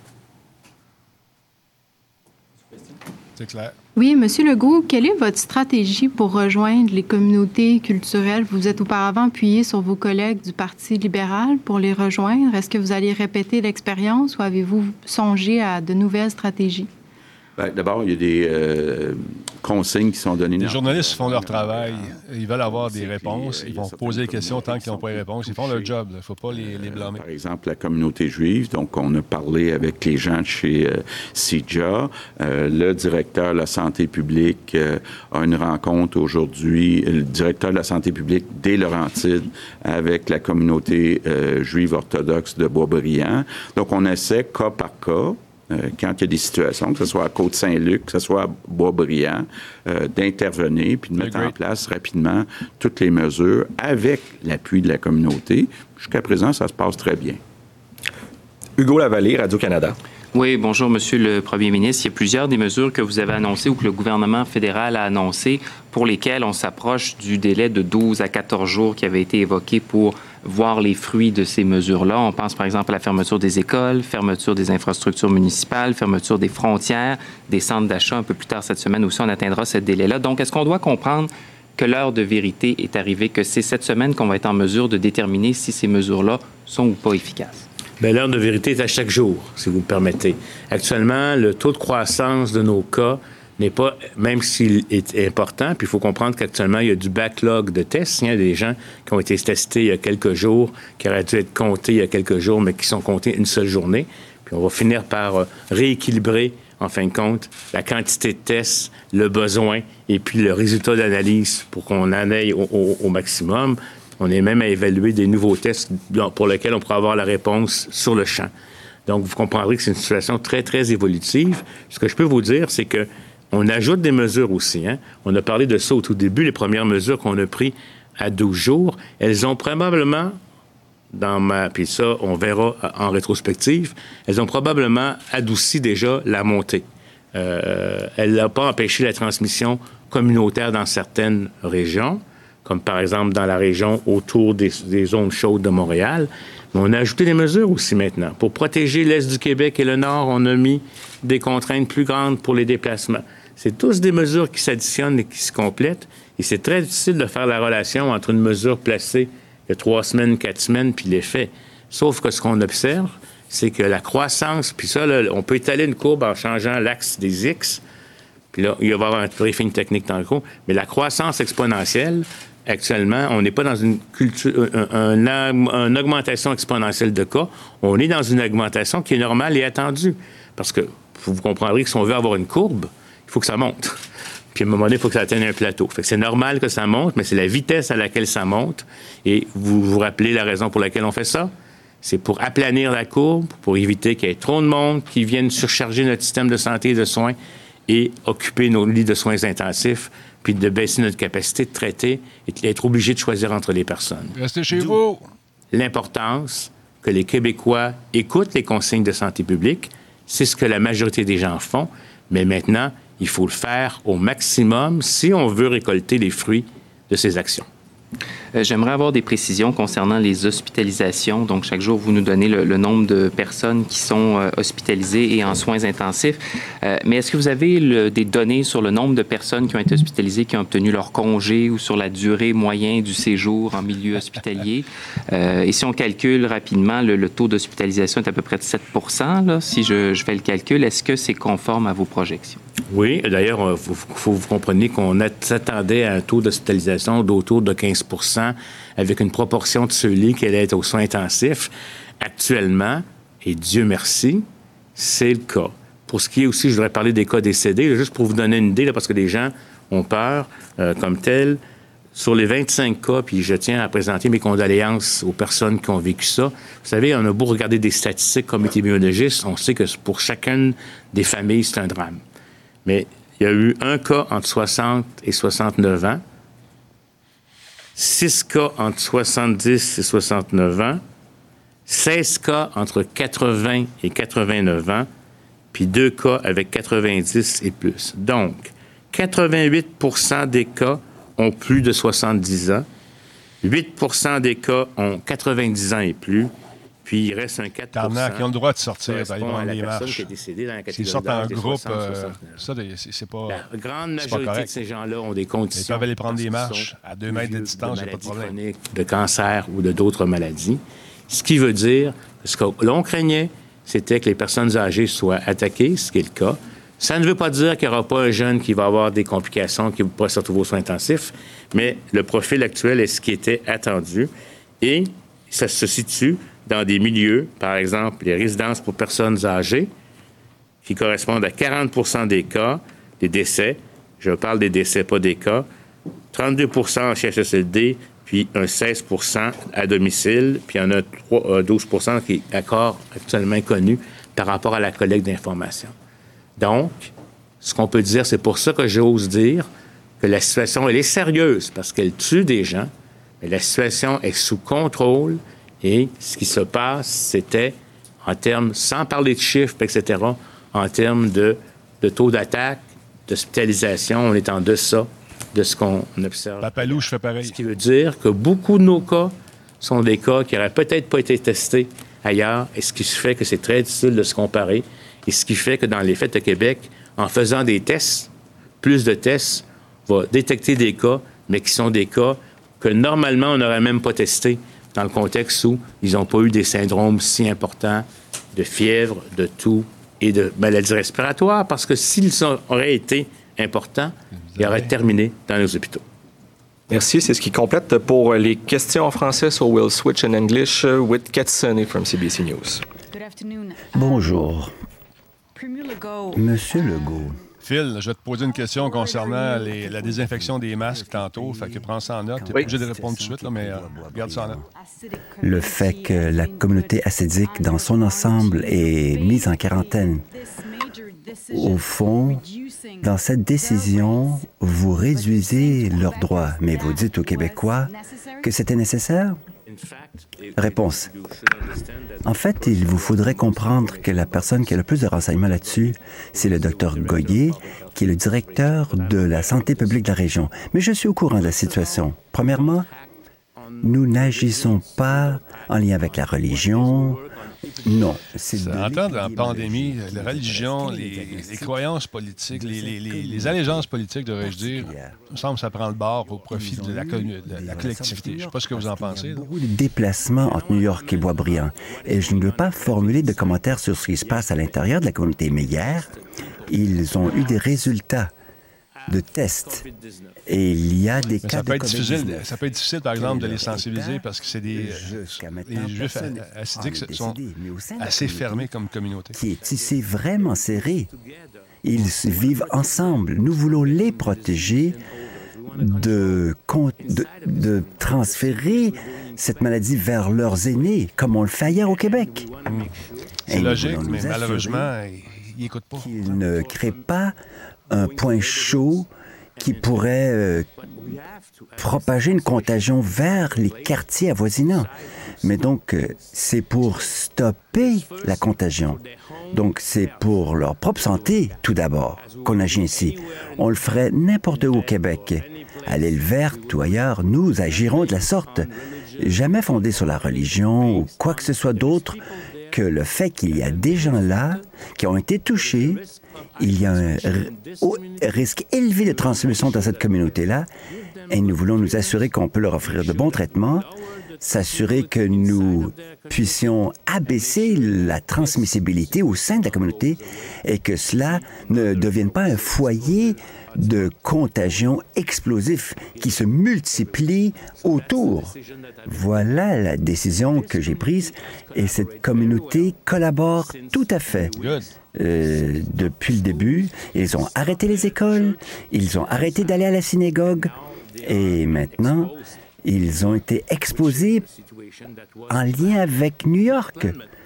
C'est clair. Oui, M. Legault, quelle est votre stratégie pour rejoindre les communautés culturelles? Vous êtes auparavant appuyé sur vos collègues du Parti libéral pour les rejoindre. Est-ce que vous allez répéter l'expérience ou avez-vous songé à de nouvelles stratégies? Bien, d'abord, il y a des consignes qui sont données. Les journalistes font leur travail. Ils veulent avoir des réponses. Ils vont poser des questions tant qu'ils n'ont pas les réponses. Ils font leur job. Il ne faut pas les blâmer. Par exemple, la communauté juive. Donc, on a parlé avec les gens de chez CIJA. Le directeur de la santé publique a une rencontre aujourd'hui. Le directeur de la santé publique des Laurentides avec la communauté juive orthodoxe de Boisbriand. Donc, on essaie, cas par cas, quand il y a des situations, que ce soit à Côte-Saint-Luc, que ce soit à Boisbriand, d'intervenir puis de mettre en place rapidement toutes les mesures avec l'appui de la communauté. Jusqu'à présent, ça se passe très bien. Hugo Lavallée, Radio-Canada. Oui, bonjour, Monsieur le Premier ministre. Il y a plusieurs des mesures que vous avez annoncées ou que le gouvernement fédéral a annoncées pour lesquelles on s'approche du délai de 12 à 14 jours qui avait été évoqué pour voir les fruits de ces mesures-là. On pense par exemple à la fermeture des écoles, fermeture des infrastructures municipales, fermeture des frontières, des centres d'achat. Un peu plus tard cette semaine aussi, on atteindra ce délai-là. Donc, est-ce qu'on doit comprendre que l'heure de vérité est arrivée, que c'est cette semaine qu'on va être en mesure de déterminer si ces mesures-là sont ou pas efficaces? Bien, l'heure de vérité est à chaque jour, si vous me permettez. Actuellement, le taux de croissance de nos cas n'est pas, même s'il est important, puis il faut comprendre qu'actuellement, il y a du backlog de tests. Il y a des gens qui ont été testés il y a quelques jours, qui auraient dû être comptés il y a quelques jours, mais qui sont comptés une seule journée. Puis on va finir par rééquilibrer, en fin de compte, la quantité de tests, le besoin, et puis le résultat d'analyse pour qu'on en aille au maximum. On est même à évaluer des nouveaux tests pour lesquels on pourra avoir la réponse sur le champ. Donc, vous comprendrez que c'est une situation très, très évolutive. Ce que je peux vous dire, c'est que on ajoute des mesures aussi. On a parlé de ça au tout début, les premières mesures qu'on a prises à 12 jours. Elles ont probablement, puis ça, on verra en rétrospective, elles ont probablement adouci déjà la montée. Elle n'a pas empêché la transmission communautaire dans certaines régions, comme par exemple dans la région autour des zones chaudes de Montréal. Mais on a ajouté des mesures aussi maintenant. Pour protéger l'Est du Québec et le Nord, on a mis des contraintes plus grandes pour les déplacements. C'est tous des mesures qui s'additionnent et qui se complètent. Et c'est très difficile de faire la relation entre une mesure placée il y a 3 semaines, 4 semaines, puis l'effet. Sauf que ce qu'on observe, c'est que la croissance, puis ça, là, on peut étaler une courbe en changeant l'axe des X, puis là, il va y avoir un briefing technique dans le cours, mais la croissance exponentielle, actuellement, on n'est pas dans une augmentation exponentielle de cas, on est dans une augmentation qui est normale et attendue. Parce que vous comprendrez que si on veut avoir une courbe, il faut que ça monte. Puis à un moment donné, il faut que ça atteigne un plateau. Fait que c'est normal que ça monte, mais c'est la vitesse à laquelle ça monte. Et vous vous rappelez la raison pour laquelle on fait ça? C'est pour aplanir la courbe, pour éviter qu'il y ait trop de monde qui vienne surcharger notre système de santé et de soins et occuper nos lits de soins intensifs, puis de baisser notre capacité de traiter et d'être obligé de choisir entre les personnes. Restez chez vous. L'importance que les Québécois écoutent les consignes de santé publique, c'est ce que la majorité des gens font, mais maintenant, Il faut le faire au maximum si on veut récolter les fruits de ces actions. J'aimerais avoir des précisions concernant les hospitalisations. Donc, chaque jour, vous nous donnez le nombre de personnes qui sont hospitalisées et en soins intensifs. Mais est-ce que vous avez des données sur le nombre de personnes qui ont été hospitalisées, qui ont obtenu leur congé ou sur la durée moyenne du séjour en milieu hospitalier? Et si on calcule rapidement, le taux d'hospitalisation est à peu près de 7 là, si je fais le calcul. Est-ce que c'est conforme à vos projections? Oui. D'ailleurs, il faut vous compreniez qu'on s'attendait à un taux d'hospitalisation d'autour de 15 avec une proportion de ceux-là qui allaient être aux soins intensifs. Actuellement, et Dieu merci, c'est le cas. Pour ce qui est aussi, je voudrais parler des cas décédés, juste pour vous donner une idée, là, parce que les gens ont peur comme tel. Sur les 25 cas, puis je tiens à présenter mes condoléances aux personnes qui ont vécu ça. Vous savez, on a beau regarder des statistiques comme épidémiologistes, on sait que pour chacune des familles, c'est un drame. Mais il y a eu un cas entre 60 et 69 ans, 6 cas entre 70 et 69 ans, 16 cas entre 80 et 89 ans, puis 2 cas avec 90 et plus. Donc, 88 des cas ont plus de 70 ans, 8 des cas ont 90 ans et plus, puis il reste un 4 Tarnac, ils ont le droit de sortir, d'aller prendre des marches. S'ils sortent en groupe, ça, c'est pas. La grande majorité de ces gens-là ont des conditions. Ils peuvent aller prendre des marches à 2 mètres de distance, il n'y a pas de problème. De cancer ou d'autres maladies. Ce qui veut dire, ce que l'on craignait, c'était que les personnes âgées soient attaquées, ce qui est le cas. Ça ne veut pas dire qu'il n'y aura pas un jeune qui va avoir des complications, qui pourra se retrouver aux soins intensifs, mais le profil actuel est ce qui était attendu. Et ça se situe dans des milieux, par exemple, les résidences pour personnes âgées, qui correspondent à 40 des cas, des décès. Je parle des décès, pas des cas. 32 en CHSLD, puis un 16 à domicile, puis il y en a 12 qui est encore actuellement connu par rapport à la collecte d'informations. Donc, ce qu'on peut dire, c'est pour ça que j'ose dire que la situation, elle est sérieuse, parce qu'elle tue des gens, mais la situation est sous contrôle. Et ce qui se passe, c'était, en termes, sans parler de chiffres, etc., en termes de taux d'attaque, d'hospitalisation, on est en deçà de ce qu'on observe. Papalou, je fais pareil. Ce qui veut dire que beaucoup de nos cas sont des cas qui n'auraient peut-être pas été testés ailleurs, et ce qui fait que c'est très difficile de se comparer, et ce qui fait que dans les faits de Québec, en faisant des tests, plus de tests, on va détecter des cas, mais qui sont des cas que normalement on n'aurait même pas testés, dans le contexte où ils n'ont pas eu des syndromes si importants de fièvre, de toux et de maladies respiratoires, parce que s'ils auraient été importants, ils auraient terminé dans nos hôpitaux. Merci. C'est ce qui complète pour les questions en français. So we'll switch in English with Katsuni from CBC News. Bonjour. Monsieur Legault. Phil, je vais te poser une question concernant la désinfection des masques tantôt. Fait que prends ça en note. Tu n'es pas obligé de répondre tout de suite, là, mais garde ça en note. Le fait que la communauté acidique dans son ensemble est mise en quarantaine. Au fond, dans cette décision, vous réduisez leurs droits, mais vous dites aux Québécois que c'était nécessaire? Réponse. En fait, il vous faudrait comprendre que la personne qui a le plus de renseignements là-dessus, c'est le Dr Goyer, qui est le directeur de la santé publique de la région. Mais je suis au courant de la situation. Premièrement, nous n'agissons pas en lien avec la religion. Non. En temps de pandémie, la religion, les croyances politiques, les allégeances politiques, devrais-je dire, il me semble que ça prend le bord au profit de la collectivité. Je ne sais pas ce que vous en pensez. Beaucoup de déplacements entre New York et Boisbriand. Et je ne veux pas formuler de commentaires sur ce qui se passe à l'intérieur de la communauté. Mais hier, ils ont eu des résultats de tests. Et il y a des cas de COVID-19. Ça peut être difficile, par exemple, de les sensibiliser parce que c'est les Juifs acidiques sont assez fermés comme communauté. Qui est tissé vraiment serré. Ils vivent ensemble. Nous voulons les protéger de transférer cette maladie vers leurs aînés, comme on le fait ailleurs au Québec. C'est logique, mais malheureusement, ils n'écoutent pas. Qu'ils ne créent pas un point chaud qui pourrait propager une contagion vers les quartiers avoisinants. Mais donc, c'est pour stopper la contagion. Donc, c'est pour leur propre santé, tout d'abord, qu'on agit ainsi. On le ferait n'importe où au Québec. À l'île Verte ou ailleurs, nous agirons de la sorte. Jamais fondé sur la religion ou quoi que ce soit d'autre que le fait qu'il y a des gens là qui ont été touchés. Il y a un risque élevé de transmission dans cette communauté-là et nous voulons nous assurer qu'on peut leur offrir de bons traitements, s'assurer que nous puissions abaisser la transmissibilité au sein de la communauté et que cela ne devienne pas un foyer de contagion explosif qui se multiplie autour. Voilà la décision que j'ai prise et cette communauté collabore tout à fait. Depuis le début, ils ont arrêté les écoles, ils ont arrêté d'aller à la synagogue et maintenant, ils ont été exposés en lien avec New York.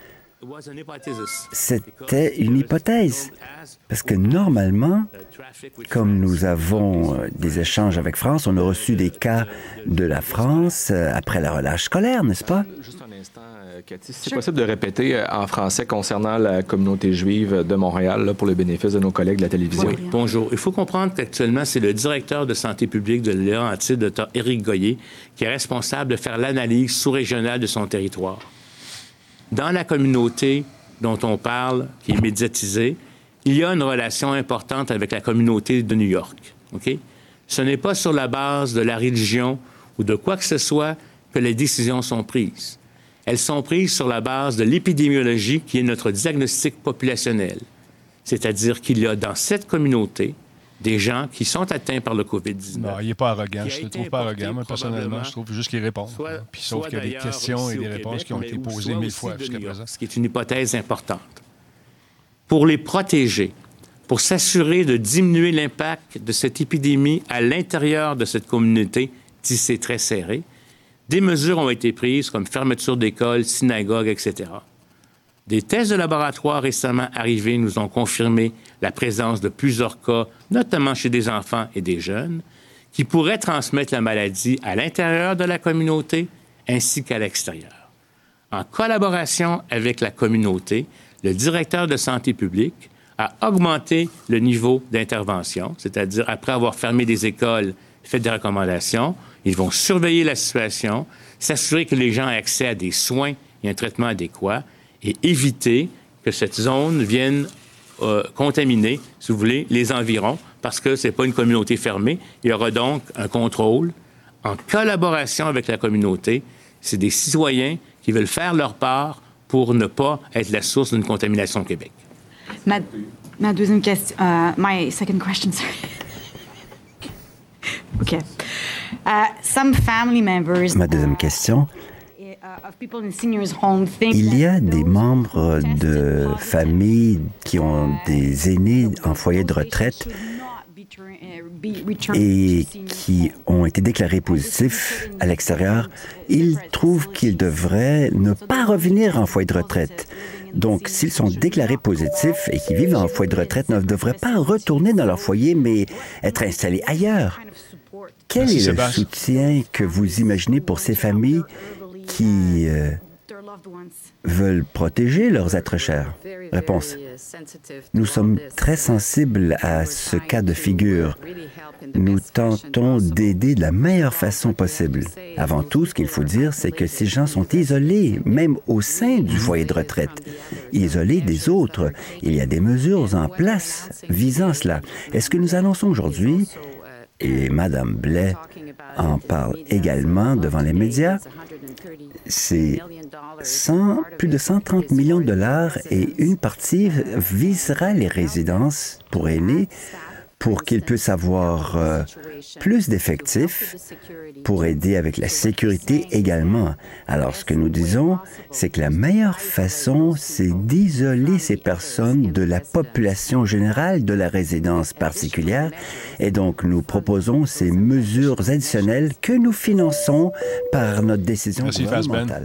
C'était une hypothèse, parce que normalement, comme nous avons des échanges avec France, on a reçu des cas de la France après la relâche scolaire, n'est-ce pas? Juste un instant, Cathy, si c'est possible de répéter en français concernant la communauté juive de Montréal, là, pour le bénéfice de nos collègues de la télévision. Oui, bonjour. Il faut comprendre qu'actuellement, c'est le directeur de santé publique de Laurentides, Dr. Éric Goyer, qui est responsable de faire l'analyse sous-régionale de son territoire. Dans la communauté dont on parle, qui est médiatisée, il y a une relation importante avec la communauté de New York. OK? Ce n'est pas sur la base de la religion ou de quoi que ce soit que les décisions sont prises. Elles sont prises sur la base de l'épidémiologie, qui est notre diagnostic populationnel. C'est-à-dire qu'il y a dans cette communauté des gens qui sont atteints par le COVID-19. Non, il n'est pas arrogant. Je ne le trouve pas arrogant. Moi, personnellement, je trouve juste qu'il répond. Puis sauf qu'il y a des questions et des réponses qui ont été posées 1000 fois jusqu'à présent. Ce qui est une hypothèse importante. Pour les protéger, pour s'assurer de diminuer l'impact de cette épidémie à l'intérieur de cette communauté tissée très serrée, des mesures ont été prises comme fermeture d'écoles, synagogues, etc. Des tests de laboratoire récemment arrivés nous ont confirmé la présence de plusieurs cas, notamment chez des enfants et des jeunes, qui pourraient transmettre la maladie à l'intérieur de la communauté ainsi qu'à l'extérieur. En collaboration avec la communauté, le directeur de santé publique a augmenté le niveau d'intervention, c'est-à-dire après avoir fermé des écoles, fait des recommandations, ils vont surveiller la situation, s'assurer que les gens aient accès à des soins et un traitement adéquat, et éviter que cette zone vienne contaminer, si vous voulez, les environs, parce que ce n'est pas une communauté fermée. Il y aura donc un contrôle en collaboration avec la communauté. C'est des citoyens qui veulent faire leur part pour ne pas être la source d'une contamination au Québec. Ma deuxième question, my second question, sorry. OK. Some family members, Ma deuxième question. Il y a des membres de familles qui ont des aînés en foyer de retraite et qui ont été déclarés positifs à l'extérieur. Ils trouvent qu'ils devraient ne pas revenir en foyer de retraite. Donc, s'ils sont déclarés positifs et qui vivent en foyer de retraite, ne devraient pas retourner dans leur foyer, mais être installés ailleurs. Quel est le soutien que vous imaginez pour ces familles qui veulent protéger leurs êtres chers? Réponse. Nous sommes très sensibles à ce cas de figure. Nous tentons d'aider de la meilleure façon possible. Avant tout, ce qu'il faut dire, c'est que ces gens sont isolés, même au sein du foyer de retraite, isolés des autres. Il y a des mesures en place visant cela. Et ce que nous annonçons aujourd'hui, et Mme Blais en parle également devant les médias, c'est plus de 130 millions de dollars et une partie visera les résidences pour aînés pour qu'ils puissent avoir plus d'effectifs pour aider avec la sécurité également. Alors, ce que nous disons, c'est que la meilleure façon, c'est d'isoler ces personnes de la population générale de la résidence particulière. Et donc, nous proposons ces mesures additionnelles que nous finançons par notre décision gouvernementale.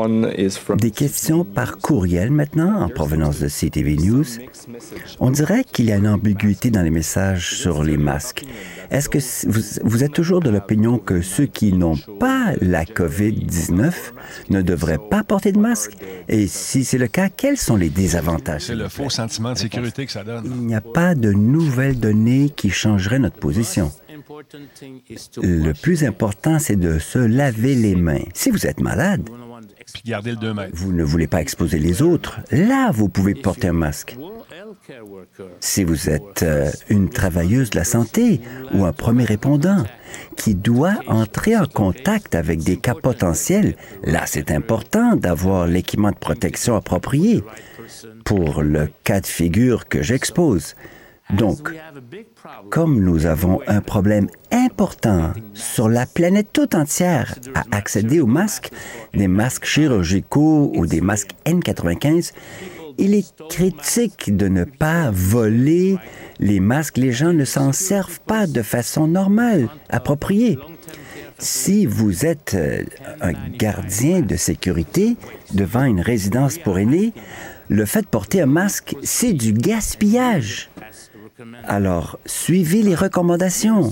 Des questions par courriel maintenant, en provenance de CTV News. On dirait qu'il y a une ambiguïté dans les messages sur les masques. Est-ce que vous êtes toujours de l'opinion que ceux qui n'ont pas la COVID-19 ne devraient pas porter de masque? Et si c'est le cas, quels sont les désavantages? C'est le faux sentiment de sécurité que ça donne. Il n'y a pas de nouvelles données qui changeraient notre position. Le plus important, c'est de se laver les mains. Si vous êtes malade, puis garder le 2 mètres. Vous ne voulez pas exposer les autres, là, vous pouvez porter un masque. Si vous êtes une travailleuse de la santé ou un premier répondant qui doit entrer en contact avec des cas potentiels, là, c'est important d'avoir l'équipement de protection approprié pour le cas de figure que j'expose. Donc, comme nous avons un problème important sur la planète toute entière à accéder aux masques, des masques chirurgicaux ou des masques N95, il est critique de ne pas voler les masques. Les gens ne s'en servent pas de façon normale, appropriée. Si vous êtes un gardien de sécurité devant une résidence pour aînés, le fait de porter un masque, c'est du gaspillage. Alors, suivez les recommandations.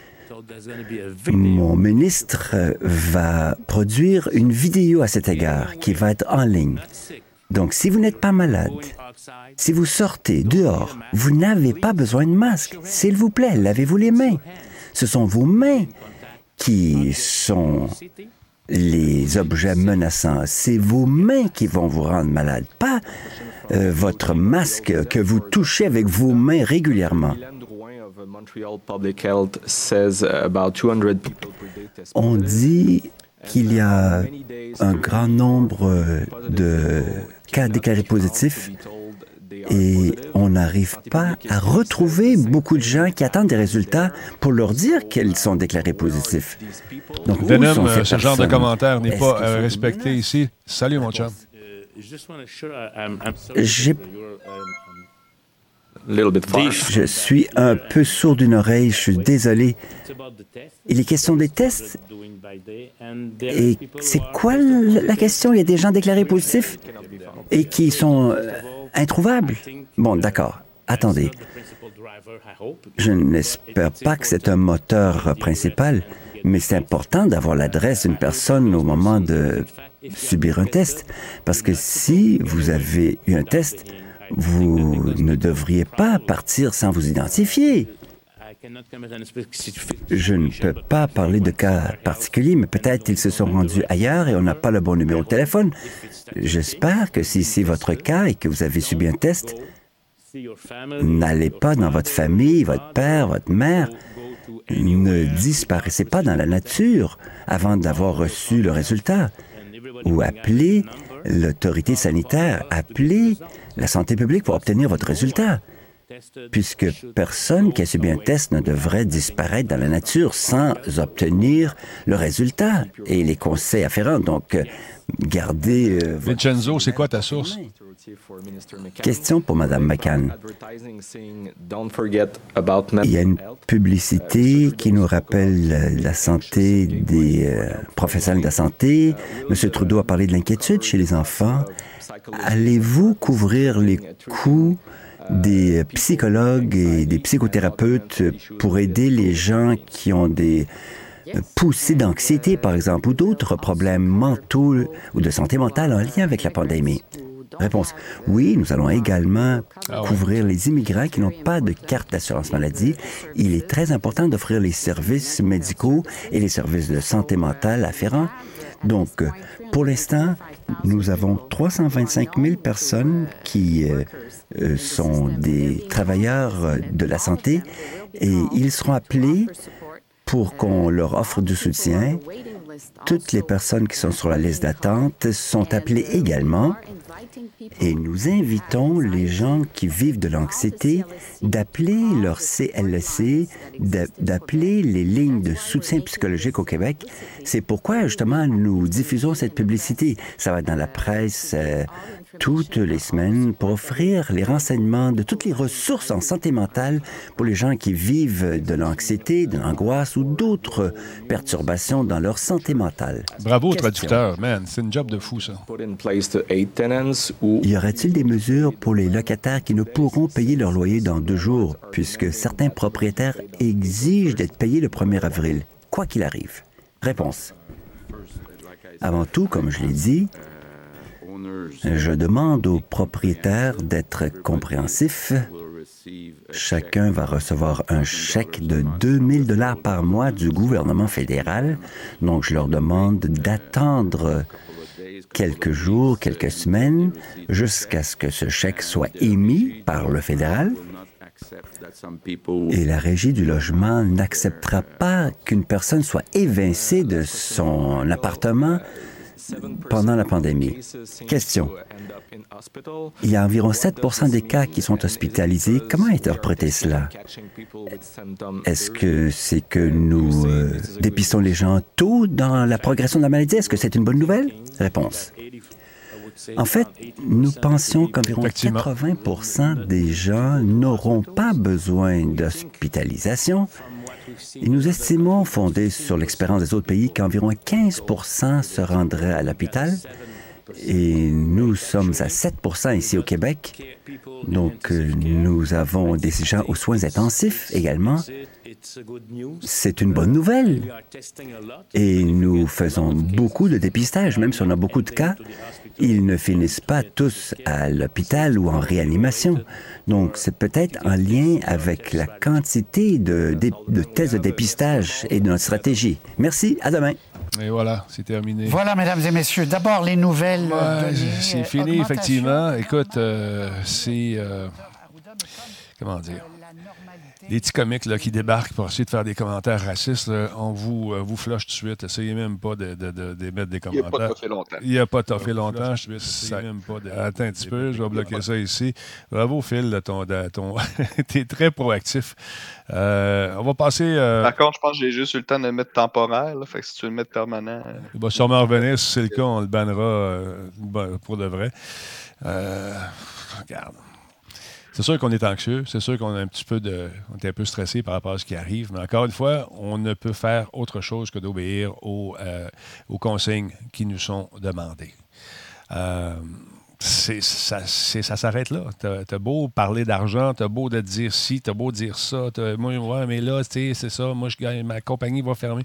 Mon ministre va produire une vidéo à cet égard qui va être en ligne. Donc, si vous n'êtes pas malade, si vous sortez dehors, vous n'avez pas besoin de masque. S'il vous plaît, lavez-vous les mains. Ce sont vos mains qui sont les objets menaçants. C'est vos mains qui vont vous rendre malade, pas votre masque que vous touchez avec vos mains régulièrement. On dit qu'il y a un grand nombre de cas déclarés positifs et on n'arrive pas à retrouver beaucoup de gens qui attendent des résultats pour leur dire qu'ils sont déclarés positifs. Donc, Denham, ce genre de commentaire n'est pas respecté ici. Salut, mon chum. Je suis un peu sourd d'une oreille, je suis désolé. Il est question des tests? Et c'est quoi la question? Il y a des gens déclarés positifs et qui sont introuvables? Bon, d'accord. Attendez. Je n'espère pas que c'est un moteur principal, mais c'est important d'avoir l'adresse d'une personne au moment de subir un test. Parce que si vous avez eu un test, vous ne devriez pas partir sans vous identifier. Je ne peux pas parler de cas particuliers, mais peut-être qu'ils se sont rendus ailleurs et on n'a pas le bon numéro de téléphone. J'espère que si c'est votre cas et que vous avez subi un test, n'allez pas dans votre famille, votre père, votre mère. Ne disparaissez pas dans la nature avant d'avoir reçu le résultat. Ou appelez l'autorité sanitaire, appelez la santé publique pour obtenir votre résultat. Puisque personne qui a subi un test ne devrait disparaître dans la nature sans obtenir le résultat et les conseils afférents. Donc, gardez... Vincenzo, c'est quoi ta source? Question pour Mme McCann. Il y a une publicité qui nous rappelle la santé des professionnels de la santé. M. Trudeau a parlé de l'inquiétude chez les enfants. Allez-vous couvrir les coûts des psychologues et des psychothérapeutes pour aider les gens qui ont des poussées d'anxiété, par exemple, ou d'autres problèmes mentaux ou de santé mentale en lien avec la pandémie? Réponse. Oui, nous allons également couvrir les immigrants qui n'ont pas de carte d'assurance maladie. Il est très important d'offrir les services médicaux et les services de santé mentale afférents. Donc, pour l'instant, nous avons 325 000 personnes qui sont des travailleurs de la santé et ils seront appelés pour qu'on leur offre du soutien. Toutes les personnes qui sont sur la liste d'attente sont appelées également et nous invitons les gens qui vivent de l'anxiété d'appeler leur CLSC, d'appeler les lignes de soutien psychologique au Québec. C'est pourquoi, justement, nous diffusons cette publicité. Ça va être dans la presse toutes les semaines pour offrir les renseignements de toutes les ressources en santé mentale pour les gens qui vivent de l'anxiété, de l'angoisse ou d'autres perturbations dans leur santé mentale. Bravo, traducteur, man. C'est une job de fou, ça. Y aurait-il des mesures pour les locataires qui ne pourront payer leur loyer dans 2 jours, puisque certains propriétaires exigent d'être payés le 1er avril, quoi qu'il arrive? Réponse. Avant tout, comme je l'ai dit, je demande aux propriétaires d'être compréhensifs. Chacun va recevoir un chèque de 2 000 $ par mois du gouvernement fédéral. Donc, je leur demande d'attendre quelques jours, quelques semaines, jusqu'à ce que ce chèque soit émis par le fédéral. Et la Régie du logement n'acceptera pas qu'une personne soit évincée de son appartement pendant la pandémie. Question. Il y a environ 7 % des cas qui sont hospitalisés. Comment interpréter cela? Est-ce que c'est que nous dépistons les gens tôt dans la progression de la maladie? Est-ce que c'est une bonne nouvelle? Réponse. En fait, nous pensions qu'environ 80 % des gens n'auront pas besoin d'hospitalisation. Et nous estimons, fondés sur l'expérience des autres pays, qu'environ 15 % se rendraient à l'hôpital. Et nous sommes à 7 % ici au Québec. Donc, nous avons des gens aux soins intensifs également. C'est une bonne nouvelle. Et nous faisons beaucoup de dépistage, même si on a beaucoup de cas. Ils ne finissent pas tous à l'hôpital ou en réanimation. Donc, c'est peut-être en lien avec la quantité de tests de dépistage et de notre stratégie. Merci, à demain. Et voilà, c'est terminé. Voilà, mesdames et messieurs, d'abord les nouvelles. C'est fini, effectivement. Écoute, c'est... comment dire? Les petits comiques là, qui débarquent pour essayer de faire des commentaires racistes, là, on vous flush tout de suite. Essayez même pas d'émettre des commentaires. Il n'y a pas toffé longtemps. Même pas Attends un petit peu, je vais bloquer ça ici. Bravo, Phil, t'es très proactif. On va passer... Par contre, je pense que j'ai juste eu le temps de le mettre temporaire. Là, fait que si tu veux le mettre permanent... Il va sûrement revenir. Si c'est le cas, on le bannera pour de vrai. Regarde. C'est sûr qu'on est anxieux, c'est sûr qu'on est on est un peu stressé par rapport à ce qui arrive, mais encore une fois, on ne peut faire autre chose que d'obéir aux consignes qui nous sont demandées. Ça s'arrête là. T'as beau parler d'argent, t'as beau de dire ci, t'as beau dire ça, ouais, mais là, c'est ça, moi, ma compagnie va fermer.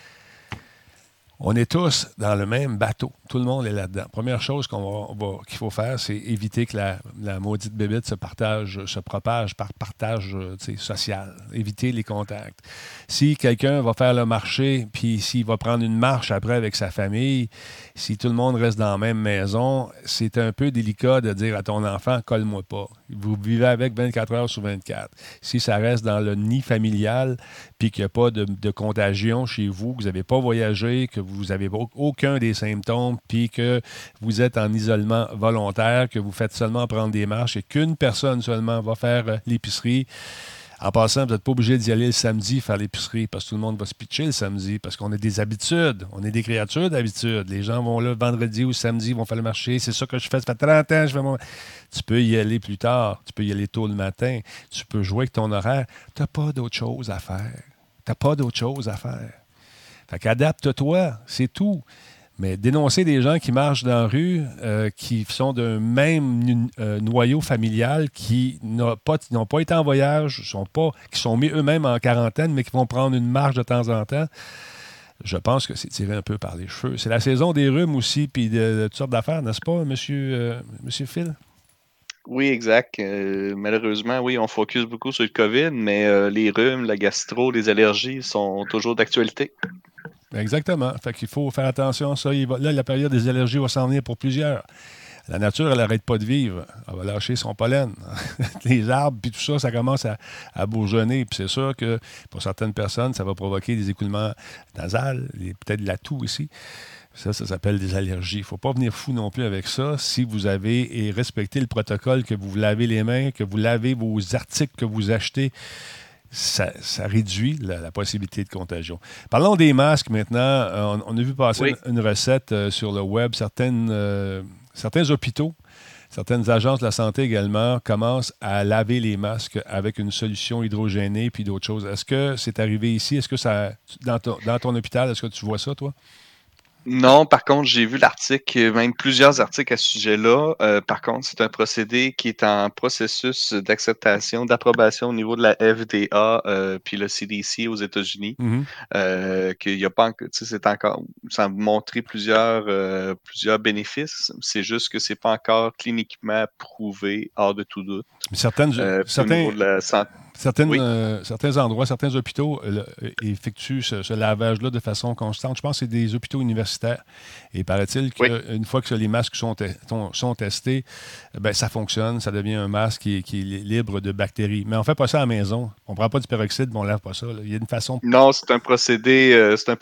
On est tous dans le même bateau. Tout le monde est là-dedans. Première chose qu'il faut faire, c'est éviter que la maudite bébête se propage par partage social. Éviter les contacts. Si quelqu'un va faire le marché, puis s'il va prendre une marche après avec sa famille, si tout le monde reste dans la même maison, c'est un peu délicat de dire à ton enfant, colle-moi pas. Vous vivez avec 24 heures sur 24. Si ça reste dans le nid familial, puis qu'il n'y a pas de contagion chez vous, que vous n'avez pas voyagé, que vous n'avez aucun des symptômes, puis que vous êtes en isolement volontaire, que vous faites seulement prendre des marches et qu'une personne seulement va faire l'épicerie. En passant, vous n'êtes pas obligé d'y aller le samedi faire l'épicerie parce que tout le monde va se pitcher le samedi parce qu'on a des habitudes. On est des créatures d'habitude. Les gens vont là le vendredi ou le samedi, vont faire le marché. C'est ça que je fais. Ça fait 30 ans. Tu peux y aller plus tard. Tu peux y aller tôt le matin. Tu peux jouer avec ton horaire. Tu n'as pas d'autre chose à faire. Fait qu'adapte-toi. C'est tout. Mais dénoncer des gens qui marchent dans la rue, qui sont d'un même noyau familial, qui n'ont pas été en voyage, qui sont mis eux-mêmes en quarantaine, mais qui vont prendre une marche de temps en temps, je pense que c'est tiré un peu par les cheveux. C'est la saison des rhumes aussi, puis de toutes sortes d'affaires, n'est-ce pas, monsieur Phil? Oui, exact. Malheureusement, oui, on focus beaucoup sur le COVID, mais les rhumes, la gastro, les allergies sont toujours d'actualité. Exactement. Fait qu'il faut faire attention à ça. Là, la période des allergies va s'en venir pour plusieurs. La nature, elle n'arrête pas de vivre. Elle va lâcher son pollen. Les arbres, puis tout ça, ça commence à bourgeonner. Puis c'est sûr que pour certaines personnes, ça va provoquer des écoulements nasales, peut-être de la toux ici. Ça s'appelle des allergies. Il ne faut pas venir fou non plus avec ça. Si vous avez respecté le protocole, que vous vous lavez les mains, que vous lavez vos articles que vous achetez, ça réduit la possibilité de contagion. Parlons des masques maintenant. On a vu passer une recette sur le web. Certains hôpitaux certaines agences de la santé également commencent à laver les masques avec une solution hydrogénée puis d'autres choses. Est-ce que c'est arrivé ici? Est-ce que ça, dans ton hôpital, est-ce que tu vois ça, toi? Non, par contre, j'ai vu l'article, même plusieurs articles à ce sujet-là. Par contre, c'est un procédé qui est en processus d'acceptation, d'approbation au niveau de la FDA puis le CDC aux États-Unis. Qu'il y a pas encore, c'est encore, ça a montré plusieurs bénéfices. C'est juste que c'est pas encore cliniquement prouvé hors de tout doute. Mais certains endroits, certains hôpitaux effectuent ce lavage-là de façon constante. Je pense que c'est des hôpitaux universitaires. Et paraît-il qu'une fois que les masques sont testés, ben, ça fonctionne, ça devient un masque qui est libre de bactéries. Mais on ne fait pas ça à la maison. On ne prend pas du peroxyde, mais on ne lave pas ça. Là. Il y a une façon... Non, c'est un procédé,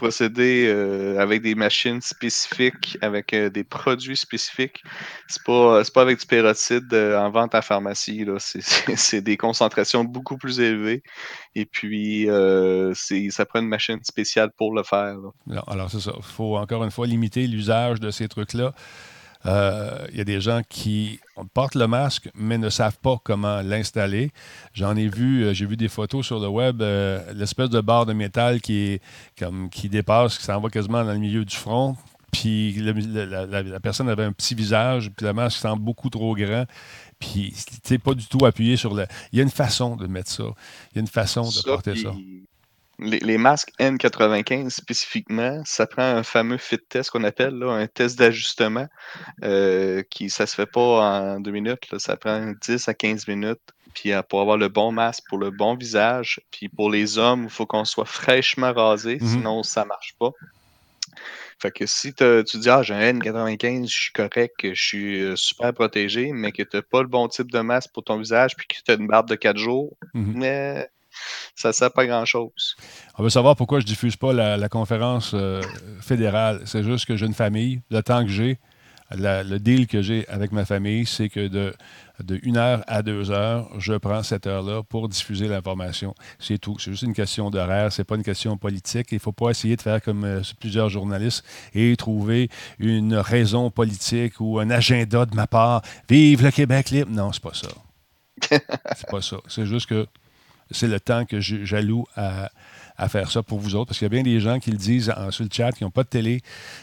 avec des machines spécifiques, avec des produits spécifiques. C'est pas avec du peroxyde en vente à pharmacie. Là. C'est des concentrations beaucoup plus élevées. Et puis, ça prend une machine spéciale pour le faire. Non, alors, c'est ça. Il faut encore une fois limiter l'usage de ces trucs-là. Il y a des gens qui portent le masque, mais ne savent pas comment l'installer. J'ai vu des photos sur le web, l'espèce de barre de métal qui dépasse, qui s'en va quasiment dans le milieu du front. Puis la personne avait un petit visage, puis le masque semble beaucoup trop grand. Puis, tu pas du tout appuyé sur le... Il y a une façon de mettre ça. Il y a une façon de porter ça. Les masques N95 spécifiquement, ça prend un fameux fit test qu'on appelle là, un test d'ajustement ça se fait pas en 2 minutes. Là, ça prend 10 à 15 minutes. Puis pour avoir le bon masque pour le bon visage. Puis pour les hommes, il faut qu'on soit fraîchement rasé, sinon ça marche pas. Fait que si tu dis j'ai un N95, je suis correct, je suis super protégé, mais que tu n'as pas le bon type de masque pour ton visage, puis que tu as une barbe de 4 jours, mais ça ne sert pas à grand-chose. On veut savoir pourquoi je ne diffuse pas la conférence fédérale. C'est juste que j'ai une famille. Le temps que j'ai, le deal que j'ai avec ma famille, c'est que de 1 heure à 2 heures, je prends cette heure-là pour diffuser l'information. C'est tout. C'est juste une question d'horaire. C'est pas une question politique. Il ne faut pas essayer de faire comme plusieurs journalistes et trouver une raison politique ou un agenda de ma part. Vive le Québec libre! Non, c'est pas ça. C'est pas ça. C'est juste que c'est le temps que j'alloue à faire ça pour vous autres, parce qu'il y a bien des gens qui le disent sur le chat, qui n'ont pas de télé,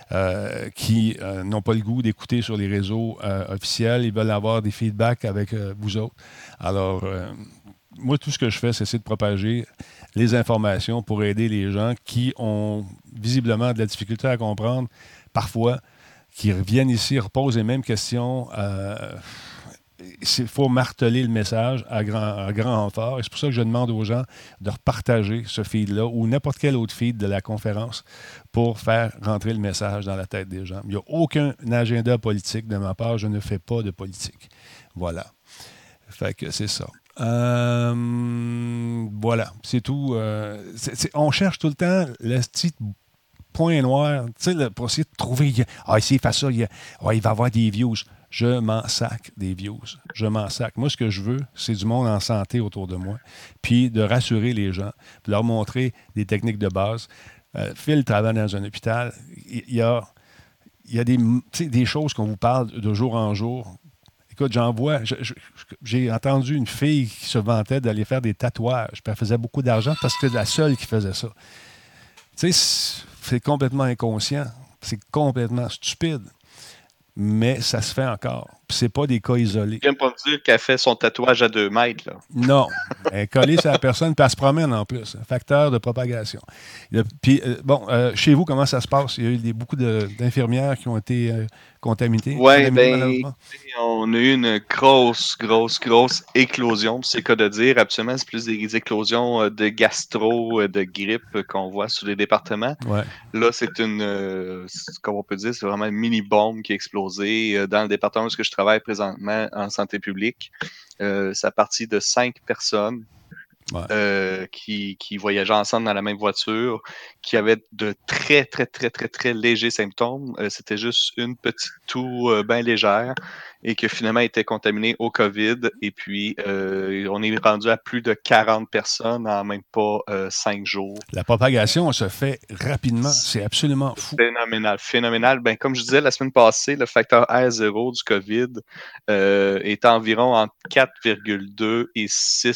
qui n'ont pas le goût d'écouter sur les réseaux officiels. Ils veulent avoir des feedbacks avec vous autres. Alors, moi, tout ce que je fais, c'est essayer de propager les informations pour aider les gens qui ont visiblement de la difficulté à comprendre, parfois, qui reviennent ici, reposent les mêmes questions. Il faut marteler le message à grand renfort. Et c'est pour ça que je demande aux gens de repartager ce feed-là ou n'importe quel autre feed de la conférence pour faire rentrer le message dans la tête des gens. Il n'y a aucun agenda politique de ma part. Je ne fais pas de politique. Voilà. Fait que c'est ça. Voilà. C'est tout. On cherche tout le temps le petit point noir, tu sais, pour essayer de trouver... ici, il fait ça, il va avoir des views. Je m'en sac des views. Je m'en sac. Moi, ce que je veux, c'est du monde en santé autour de moi, puis de rassurer les gens, de leur montrer des techniques de base. Phil travaille dans un hôpital. Il y a des choses qu'on vous parle de jour en jour. Écoute, j'en vois. J'ai entendu une fille qui se vantait d'aller faire des tatouages, puis elle faisait beaucoup d'argent parce que c'était la seule qui faisait ça. Tu sais, c'est complètement inconscient. C'est complètement stupide. Mais ça se fait encore. Puis c'est pas des cas isolés. Je ne pas dire qu'elle fait son tatouage à 2 mètres. Là. Non. Elle est collée sur la personne, puis elle se promène en plus. Facteur de propagation. Puis, chez vous, comment ça se passe? Il y a eu beaucoup d'infirmières qui ont été contaminées. Oui, on a eu une grosse éclosion. C'est le cas de dire. Absolument, c'est plus des éclosions de gastro, de grippe qu'on voit sur les départements. Ouais. Là, c'est comme on peut dire, c'est vraiment une mini-bombe qui a explosé dans le département où je travaille présentement en santé publique. Ça a parti de 5 personnes qui voyageaient ensemble dans la même voiture, qui avaient de très, très, très, très, très légers symptômes. C'était juste une petite toux bien légère et que finalement était contaminée au COVID. Et puis, on est rendu à plus de 40 personnes en même pas 5 jours. La propagation se fait rapidement. C'est absolument fou. Phénoménal. Ben, comme je disais la semaine passée, le facteur R0 du COVID est environ entre 4,2 et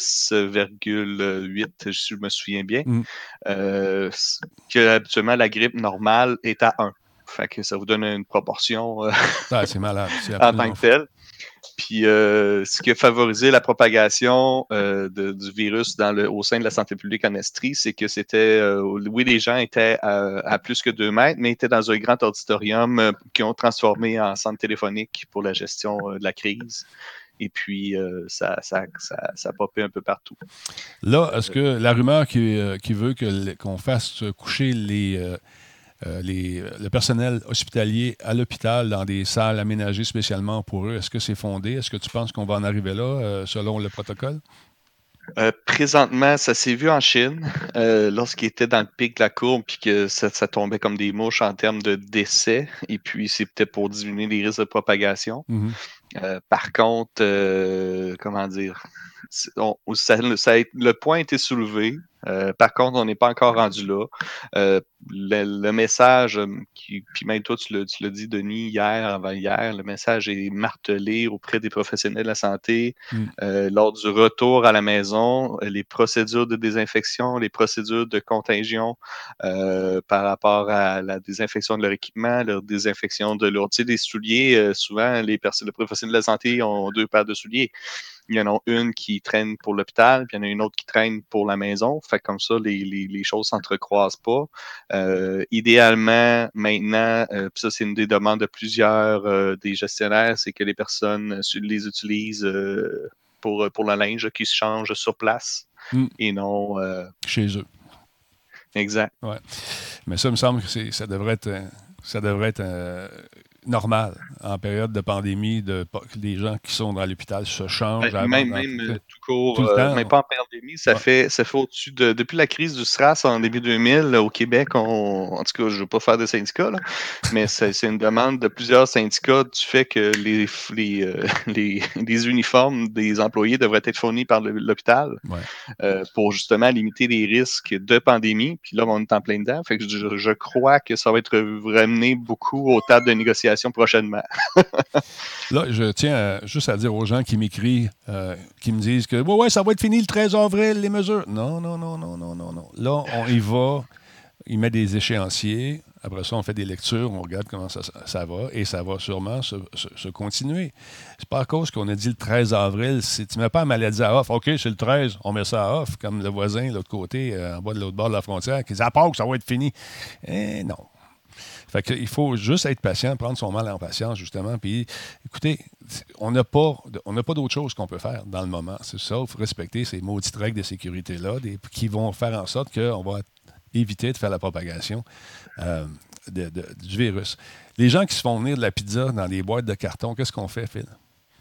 6,8, si je me souviens bien. Que habituellement, la grippe normale est à 1. Fait que ça vous donne une proportion c'est malade. en tant que tel. Puis, ce qui a favorisé la propagation du virus au sein de la santé publique en Estrie, c'est que c'était, oui, les gens étaient à plus que 2 mètres, mais étaient dans un grand auditorium qu'ils ont transformé en centre téléphonique pour la gestion de la crise. Et puis, ça a popé un peu partout. Là, est-ce que la rumeur qui veut qu'on fasse coucher le personnel hospitalier à l'hôpital dans des salles aménagées spécialement pour eux, est-ce que c'est fondé? Est-ce que tu penses qu'on va en arriver là, selon le protocole? Présentement, ça s'est vu en Chine, lorsqu'il était dans le pic de la courbe puis que ça tombait comme des mouches en termes de décès. Et puis, c'est peut-être pour diminuer les risques de propagation. Par contre, comment dire, le point a été soulevé. Par contre, on n'est pas encore rendu là. Le message, puis même toi, tu l'as dit, Denis, avant-hier, le message est martelé auprès des professionnels de la santé. Lors du retour à la maison, les procédures de désinfection, les procédures de contagion par rapport à la désinfection de leur équipement, leur désinfection de leur... Tu sais, des souliers, souvent, les professionnels de la santé ont 2 paires de souliers. Il y en a une qui traîne pour l'hôpital, puis il y en a une autre qui traîne pour la maison. Fait que comme ça, les choses ne s'entrecroisent pas. Idéalement, maintenant, ça c'est une des demandes de plusieurs des gestionnaires, c'est que les personnes les utilisent pour le linge qui se change sur place et non... chez eux. Exact. Ouais. Mais ça, il me semble que ça devrait être normal en période de pandémie, que les gens qui sont dans l'hôpital se changent. Même tout court, même pas en pandémie, ça fait au-dessus de... Depuis la crise du SRAS en début 2000, au Québec, en tout cas, je ne veux pas faire de syndicats, là, mais c'est une demande de plusieurs syndicats du fait que les uniformes des employés devraient être fournis par l'hôpital pour justement limiter les risques de pandémie. Puis là, on est en plein dedans. Fait que je crois que ça va être ramené beaucoup aux tables de négociation prochainement. Là, je tiens juste à dire aux gens qui m'écrivent, qui me disent que ouais, ça va être fini le 13 avril, les mesures. Non. Là, on y va, il met des échéanciers. Après ça, on fait des lectures, on regarde comment ça va, et ça va sûrement se continuer. C'est pas à cause qu'on a dit le 13 avril, tu ne mets pas la maladie à off. OK, c'est le 13, on met ça à off, comme le voisin de l'autre côté, en bas de l'autre bord de la frontière, qui dit à part que ça va être fini. Non. Fait qu'il faut juste être patient, prendre son mal en patience, justement. Puis, écoutez, on n'a pas d'autre chose qu'on peut faire dans le moment. C'est ça, il faut respecter ces maudites règles de sécurité-là qui vont faire en sorte qu'on va éviter de faire la propagation du virus. Les gens qui se font venir de la pizza dans des boîtes de carton, qu'est-ce qu'on fait, Phil?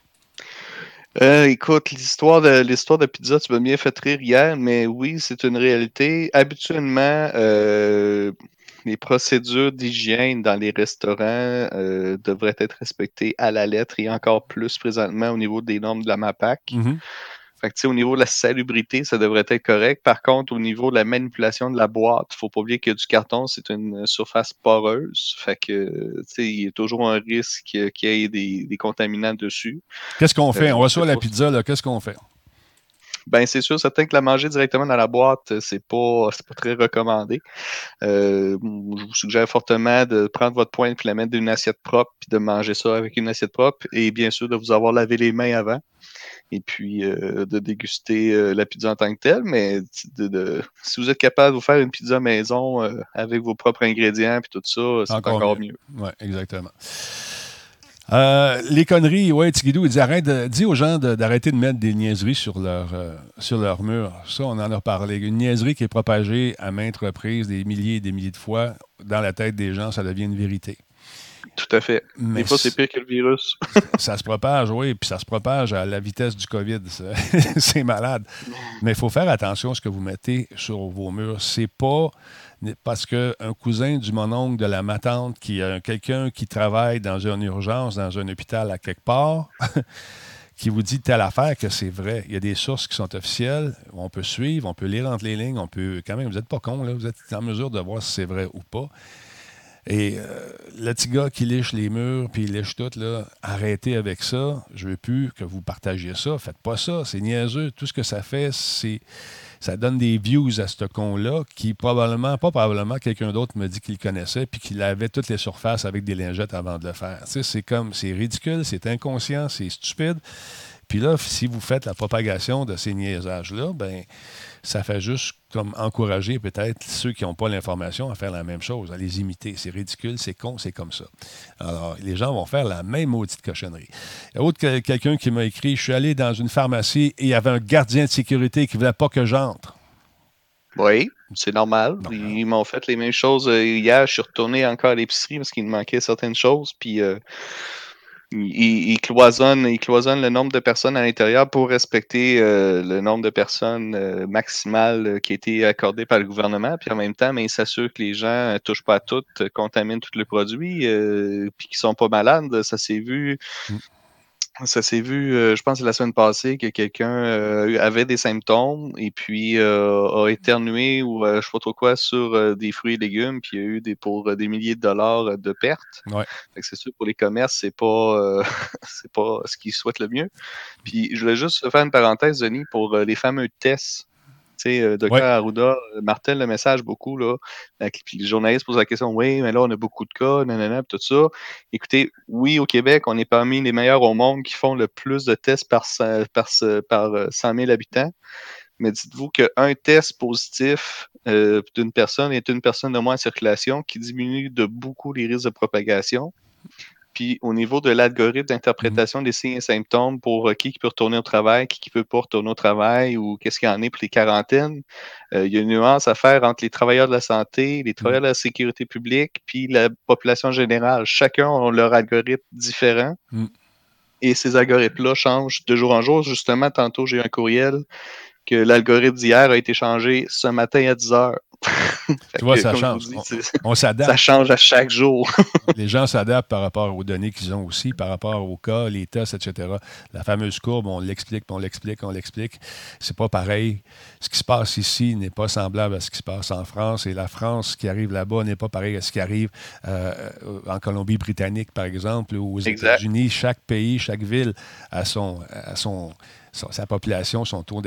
Écoute, l'histoire de pizza, tu m'as bien fait rire hier, mais oui, c'est une réalité. Habituellement, les procédures d'hygiène dans les restaurants devraient être respectées à la lettre et encore plus présentement au niveau des normes de la MAPAC. Fait que, au niveau de la salubrité, ça devrait être correct. Par contre, au niveau de la manipulation de la boîte, il ne faut pas oublier que du carton, c'est une surface poreuse. Fait que, il y a toujours un risque qu'il y ait des contaminants dessus. Qu'est-ce qu'on fait? On reçoit la pizza, là. Qu'est-ce qu'on fait? Ben, c'est sûr, certain que la manger directement dans la boîte, c'est pas très recommandé. Je vous suggère fortement de prendre votre pointe puis la mettre dans une assiette propre puis de manger ça avec une assiette propre et bien sûr de vous avoir lavé les mains avant et puis de déguster la pizza en tant que telle. Mais si vous êtes capable de vous faire une pizza maison avec vos propres ingrédients puis tout ça, c'est encore mieux. Oui, exactement. Les conneries, ouais, Tigidou, il dit aux gens d'arrêter de mettre des niaiseries sur leur mur. Ça, on en a parlé. Une niaiserie qui est propagée à maintes reprises, des milliers et des milliers de fois, dans la tête des gens, ça devient une vérité. Tout à fait. Mais des fois, c'est pire que le virus. Ça se propage, oui, puis ça se propage à la vitesse du COVID. C'est malade. Mais il faut faire attention à ce que vous mettez sur vos murs. C'est pas parce qu'un cousin du mononcle, de la ma tante, quelqu'un qui travaille dans une urgence, dans un hôpital à quelque part, qui vous dit telle affaire que c'est vrai. Il y a des sources qui sont officielles, on peut suivre, on peut lire entre les lignes, on peut quand même, vous n'êtes pas con, là, vous êtes en mesure de voir si c'est vrai ou pas. Et le petit gars qui liche les murs, puis il liche tout, là, arrêtez avec ça. Je veux plus que vous partagiez ça. Faites pas ça, c'est niaiseux. Tout ce que ça fait, ça donne des views à ce con-là qui pas probablement, quelqu'un d'autre me dit qu'il le connaissait puis qu'il avait toutes les surfaces avec des lingettes avant de le faire. Tu sais, c'est ridicule, c'est inconscient, c'est stupide. Puis là, si vous faites la propagation de ces niaisages-là, ben ça fait juste comme encourager peut-être ceux qui n'ont pas l'information à faire la même chose, à les imiter. C'est ridicule, c'est con, c'est comme ça. Alors, les gens vont faire la même maudite cochonnerie. Il y a autre quelqu'un qui m'a écrit, je suis allé dans une pharmacie et il y avait un gardien de sécurité qui ne voulait pas que j'entre. Oui, c'est normal. Ils m'ont fait les mêmes choses hier. Je suis retourné encore à l'épicerie parce qu'il me manquait certaines choses. Puis ils cloisonnent le nombre de personnes à l'intérieur pour respecter le nombre de personnes maximal qui a été accordé par le gouvernement. Puis en même temps, mais ils s'assurent que les gens ne touchent pas à tout, contaminent tout le produit, puis qu'ils ne sont pas malades. Ça s'est vu. Ça s'est vu, je pense, la semaine passée, que quelqu'un avait des symptômes et puis a éternué ou je ne sais pas trop quoi sur des fruits et légumes, puis il y a eu pour des milliers de dollars de pertes. Ouais. Fait que c'est sûr, pour les commerces, c'est pas, c'est pas ce qu'ils souhaitent le mieux. Puis je voulais juste faire une parenthèse, Denis, pour les fameux tests. Tu sais, Dr. Arruda martèle le message beaucoup, là. Puis les journalistes posent la question, oui, mais là, on a beaucoup de cas, nanana, puis tout ça. Écoutez, oui, au Québec, on est parmi les meilleurs au monde qui font le plus de tests par 100 000 habitants. Mais dites-vous qu'un test positif d'une personne est une personne de moins en circulation qui diminue de beaucoup les risques de propagation. Puis au niveau de l'algorithme d'interprétation des signes et symptômes pour qui peut retourner au travail, qui peut pas retourner au travail ou qu'est-ce qu'il y en est pour les quarantaines, il y a une nuance à faire entre les travailleurs de la santé, les travailleurs de la sécurité publique, puis la population générale. Chacun a leur algorithme différent. Et ces algorithmes-là changent de jour en jour. Justement, tantôt, j'ai eu un courriel que l'algorithme d'hier a été changé ce matin à 10 heures. Tu vois, ça change. On s'adapte. Ça change à chaque jour. Les gens s'adaptent par rapport aux données qu'ils ont aussi, par rapport aux cas, les tests, etc. La fameuse courbe, on l'explique. C'est pas pareil. Ce qui se passe ici n'est pas semblable à ce qui se passe en France. Et la France qui arrive là-bas n'est pas pareil à ce qui arrive en Colombie-Britannique, par exemple, ou aux États-Unis. Chaque pays, chaque ville a sa population, son taux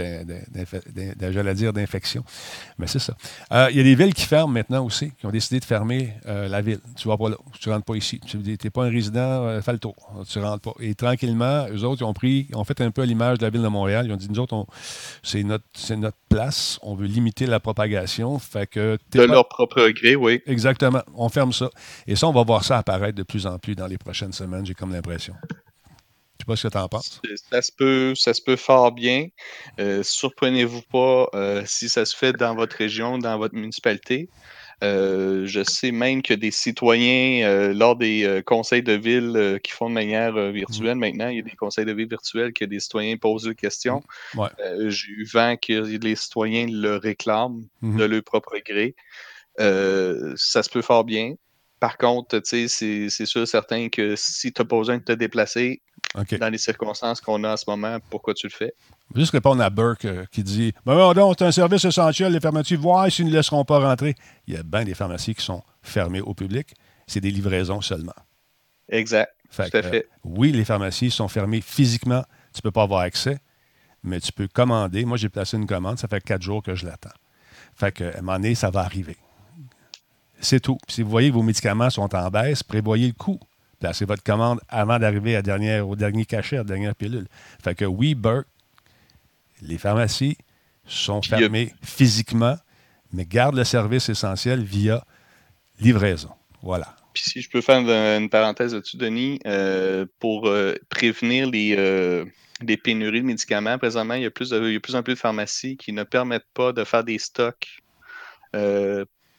d'infection. Mais c'est ça. Il y a des villes qui ferment maintenant aussi, qui ont décidé de fermer la ville. Tu vas pas là, tu ne rentres pas ici. Tu n'es pas un résident, fais le tour. Tu ne rentres pas. Et tranquillement, eux autres, ils ont fait un peu à l'image de la ville de Montréal. Ils ont dit, nous autres, c'est notre place. On veut limiter la propagation. Fait que leur propre gré, oui. Exactement. On ferme ça. Et ça, on va voir ça apparaître de plus en plus dans les prochaines semaines, j'ai comme l'impression. Je ne sais pas ce que tu en penses. Ça se peut fort bien. Surprenez-vous pas si ça se fait dans votre région, dans votre municipalité. Je sais même que des citoyens, lors des conseils de ville qui font de manière virtuelle, maintenant, il y a des conseils de ville virtuels que des citoyens posent des questions. Ouais. J'ai eu vent que les citoyens le réclament de leur propre gré. Ça se peut fort bien. Par contre, c'est sûr certain que si tu n'as pas besoin de te déplacer, dans les circonstances qu'on a en ce moment, pourquoi tu le fais? Juste répondre à Burke qui dit « Mais non, c'est un service essentiel, les pharmacies, voir s'ils ne laisseront pas rentrer. » Il y a bien des pharmacies qui sont fermées au public. C'est des livraisons seulement. Exact. Tout à fait. Oui, les pharmacies sont fermées physiquement. Tu ne peux pas avoir accès, mais tu peux commander. Moi, j'ai placé une commande. Ça fait 4 jours que je l'attends. Fait qu'à un moment donné, ça va arriver. C'est tout. Puis si vous voyez que vos médicaments sont en baisse, prévoyez le coût. Placez votre commande avant d'arriver au dernier cachet, à la dernière pilule. Fait que oui, Burke, les pharmacies sont fermées physiquement, mais gardent le service essentiel via livraison. Voilà. Puis si je peux faire une parenthèse là-dessus, Denis, pour prévenir les pénuries de médicaments, présentement, il y a plus en plus de pharmacies qui ne permettent pas de faire des stocks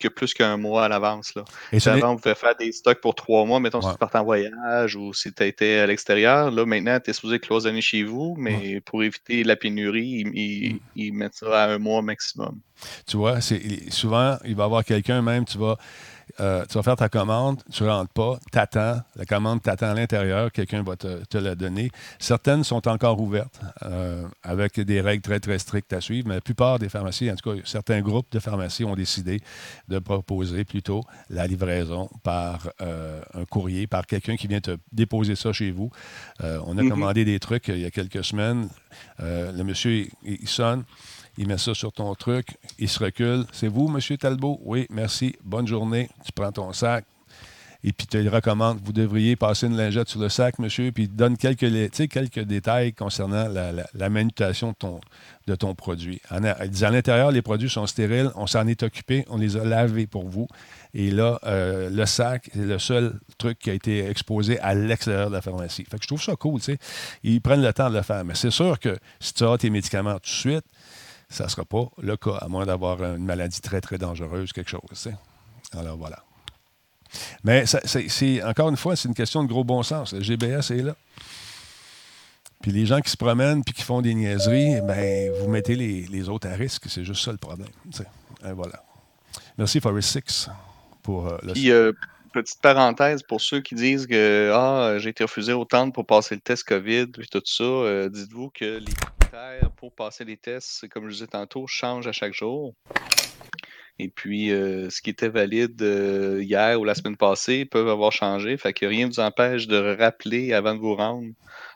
que plus qu'un mois à l'avance. Là. Et avant, on pouvait faire des stocks pour 3 mois, mettons, si tu partais en voyage ou si tu étais à l'extérieur. Là, maintenant, tu es supposé cloisonner chez vous, mais pour éviter la pénurie, ils mettent ça à 1 mois maximum. Tu vois, souvent, il va y avoir quelqu'un même, tu vas faire ta commande, tu ne rentres pas, t'attends, la commande t'attend à l'intérieur, quelqu'un va te la donner. Certaines sont encore ouvertes avec des règles très, très strictes à suivre, mais la plupart des pharmacies, en tout cas, certains groupes de pharmacies ont décidé de proposer plutôt la livraison par un courrier, par quelqu'un qui vient te déposer ça chez vous. On a commandé des trucs il y a quelques semaines. Le monsieur, il sonne. Il met ça sur ton truc, il se recule. C'est vous, M. Talbot? Oui, merci. Bonne journée. Tu prends ton sac et puis tu lui recommandes. Vous devriez passer une lingette sur le sac, monsieur, puis il te donne quelques détails concernant la manutention de ton produit. À l'intérieur, les produits sont stériles. On s'en est occupé. On les a lavés pour vous. Et là, le sac, c'est le seul truc qui a été exposé à l'extérieur de la pharmacie. Fait que je trouve ça cool, tu sais. Ils prennent le temps de le faire. Mais c'est sûr que si tu as tes médicaments tout de suite, ça ne sera pas le cas, à moins d'avoir une maladie très, très dangereuse, quelque chose. T'sais. Alors, voilà. Mais encore une fois, c'est une question de gros bon sens. Le GBS est là. Puis les gens qui se promènent puis qui font des niaiseries, ben, vous mettez les autres à risque. C'est juste ça le problème. Et voilà. Merci, Forest 6, pour le... Puis, petite parenthèse, pour ceux qui disent que j'ai été refusé au tente pour passer le test COVID et tout ça, dites-vous que les critères pour passer les tests, comme je disais tantôt, changent à chaque jour. Et puis, ce qui était valide hier ou la semaine passée peuvent avoir changé. Fait que rien ne vous empêche de rappeler avant de vous rendre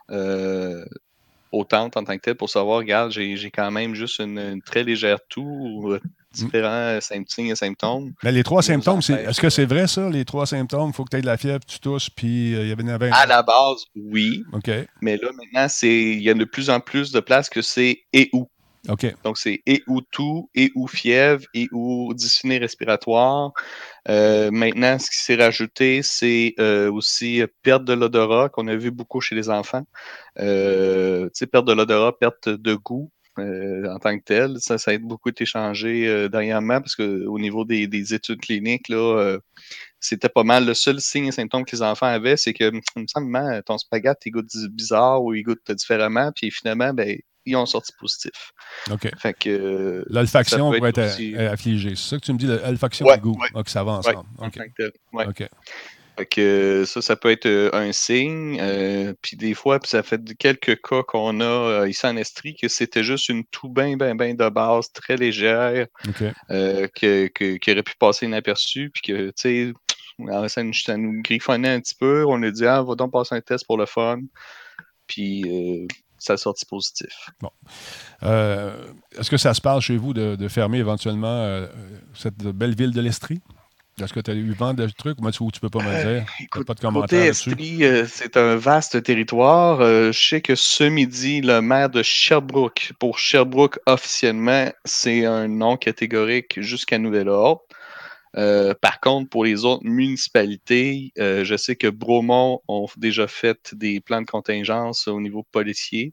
aux tentes en tant que tel pour savoir, regarde, j'ai quand même juste une très légère toux ou différents signes et symptômes. Mais les 3 symptômes, est-ce que c'est vrai ça, les 3 symptômes? Il faut que tu aies de la fièvre, tu tousses, puis il y avait une À la base, oui. OK. Mais là, maintenant, il y a de plus en plus de places que c'est et ou. OK. Donc, c'est et ou toux, et ou fièvre, et ou dyspnée respiratoire. Maintenant, ce qui s'est rajouté, c'est aussi perte de l'odorat, qu'on a vu beaucoup chez les enfants. Tu sais, perte de l'odorat, perte de goût. En tant que tel, ça a beaucoup été changé dernièrement parce qu'au niveau des études cliniques, là, c'était pas mal. Le seul signe et symptôme que les enfants avaient, c'est que, il me semble, ton spaghette, il goûte bizarre ou il goûte différemment, puis finalement, ben, ils ont sorti positif. OK. Fait que, l'olfaction pourrait être aussi... affligée. C'est ça que tu me dis, l'olfaction et le goût. Ouais. OK, ça va ensemble. Ouais, OK. Ouais. OK. Fait que ça peut être un signe. Puis des fois, puis ça fait quelques cas qu'on a ici en Estrie que c'était juste une toux bien de base, très légère, qui aurait pu passer inaperçue, puis que, tu sais, ça nous griffonnait un petit peu. On a dit, va donc passer un test pour le fun. Puis ça a sorti positif. Bon. Est-ce que ça se parle chez vous de fermer éventuellement cette belle ville de l'Estrie? Est-ce que tu as eu vent de trucs ou tu ne peux pas me dire? Écoute, pas de commentaire côté là-dessus? Estrie, c'est un vaste territoire. Je sais que ce midi, le maire de Sherbrooke, pour Sherbrooke officiellement, c'est un non catégorique jusqu'à nouvel ordre. Par contre, pour les autres municipalités, je sais que Bromont ont déjà fait des plans de contingence au niveau policier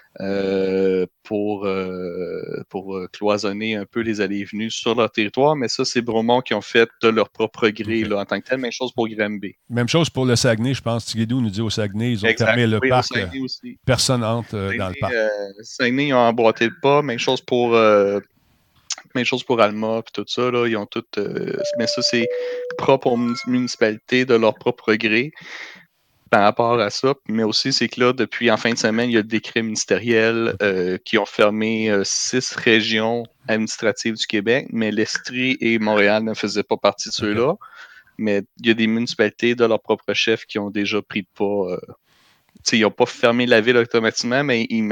pour cloisonner un peu les allées et venues sur leur territoire, mais ça, c'est Bromont qui ont fait de leur propre gré là, en tant que tel. Même chose pour Granby. Même chose pour le Saguenay, je pense. Tiguidou nous dit au Saguenay, ils ont fermé le parc. Personne entre dans le parc. Saguenay, ils ont emboîté le pas. Même chose pour Alma, puis tout ça, là, ils ont tout. Mais ça, c'est propre aux municipalités de leur propre gré par rapport à ça. Mais aussi, c'est que là, depuis en fin de semaine, il y a le décret ministériel qui ont fermé 6 régions administratives du Québec, mais l'Estrie et Montréal ne faisaient pas partie de ceux-là. Mais il y a des municipalités de leur propre chef qui ont déjà pris le pas. Ils n'ont pas fermé la ville automatiquement, mais ils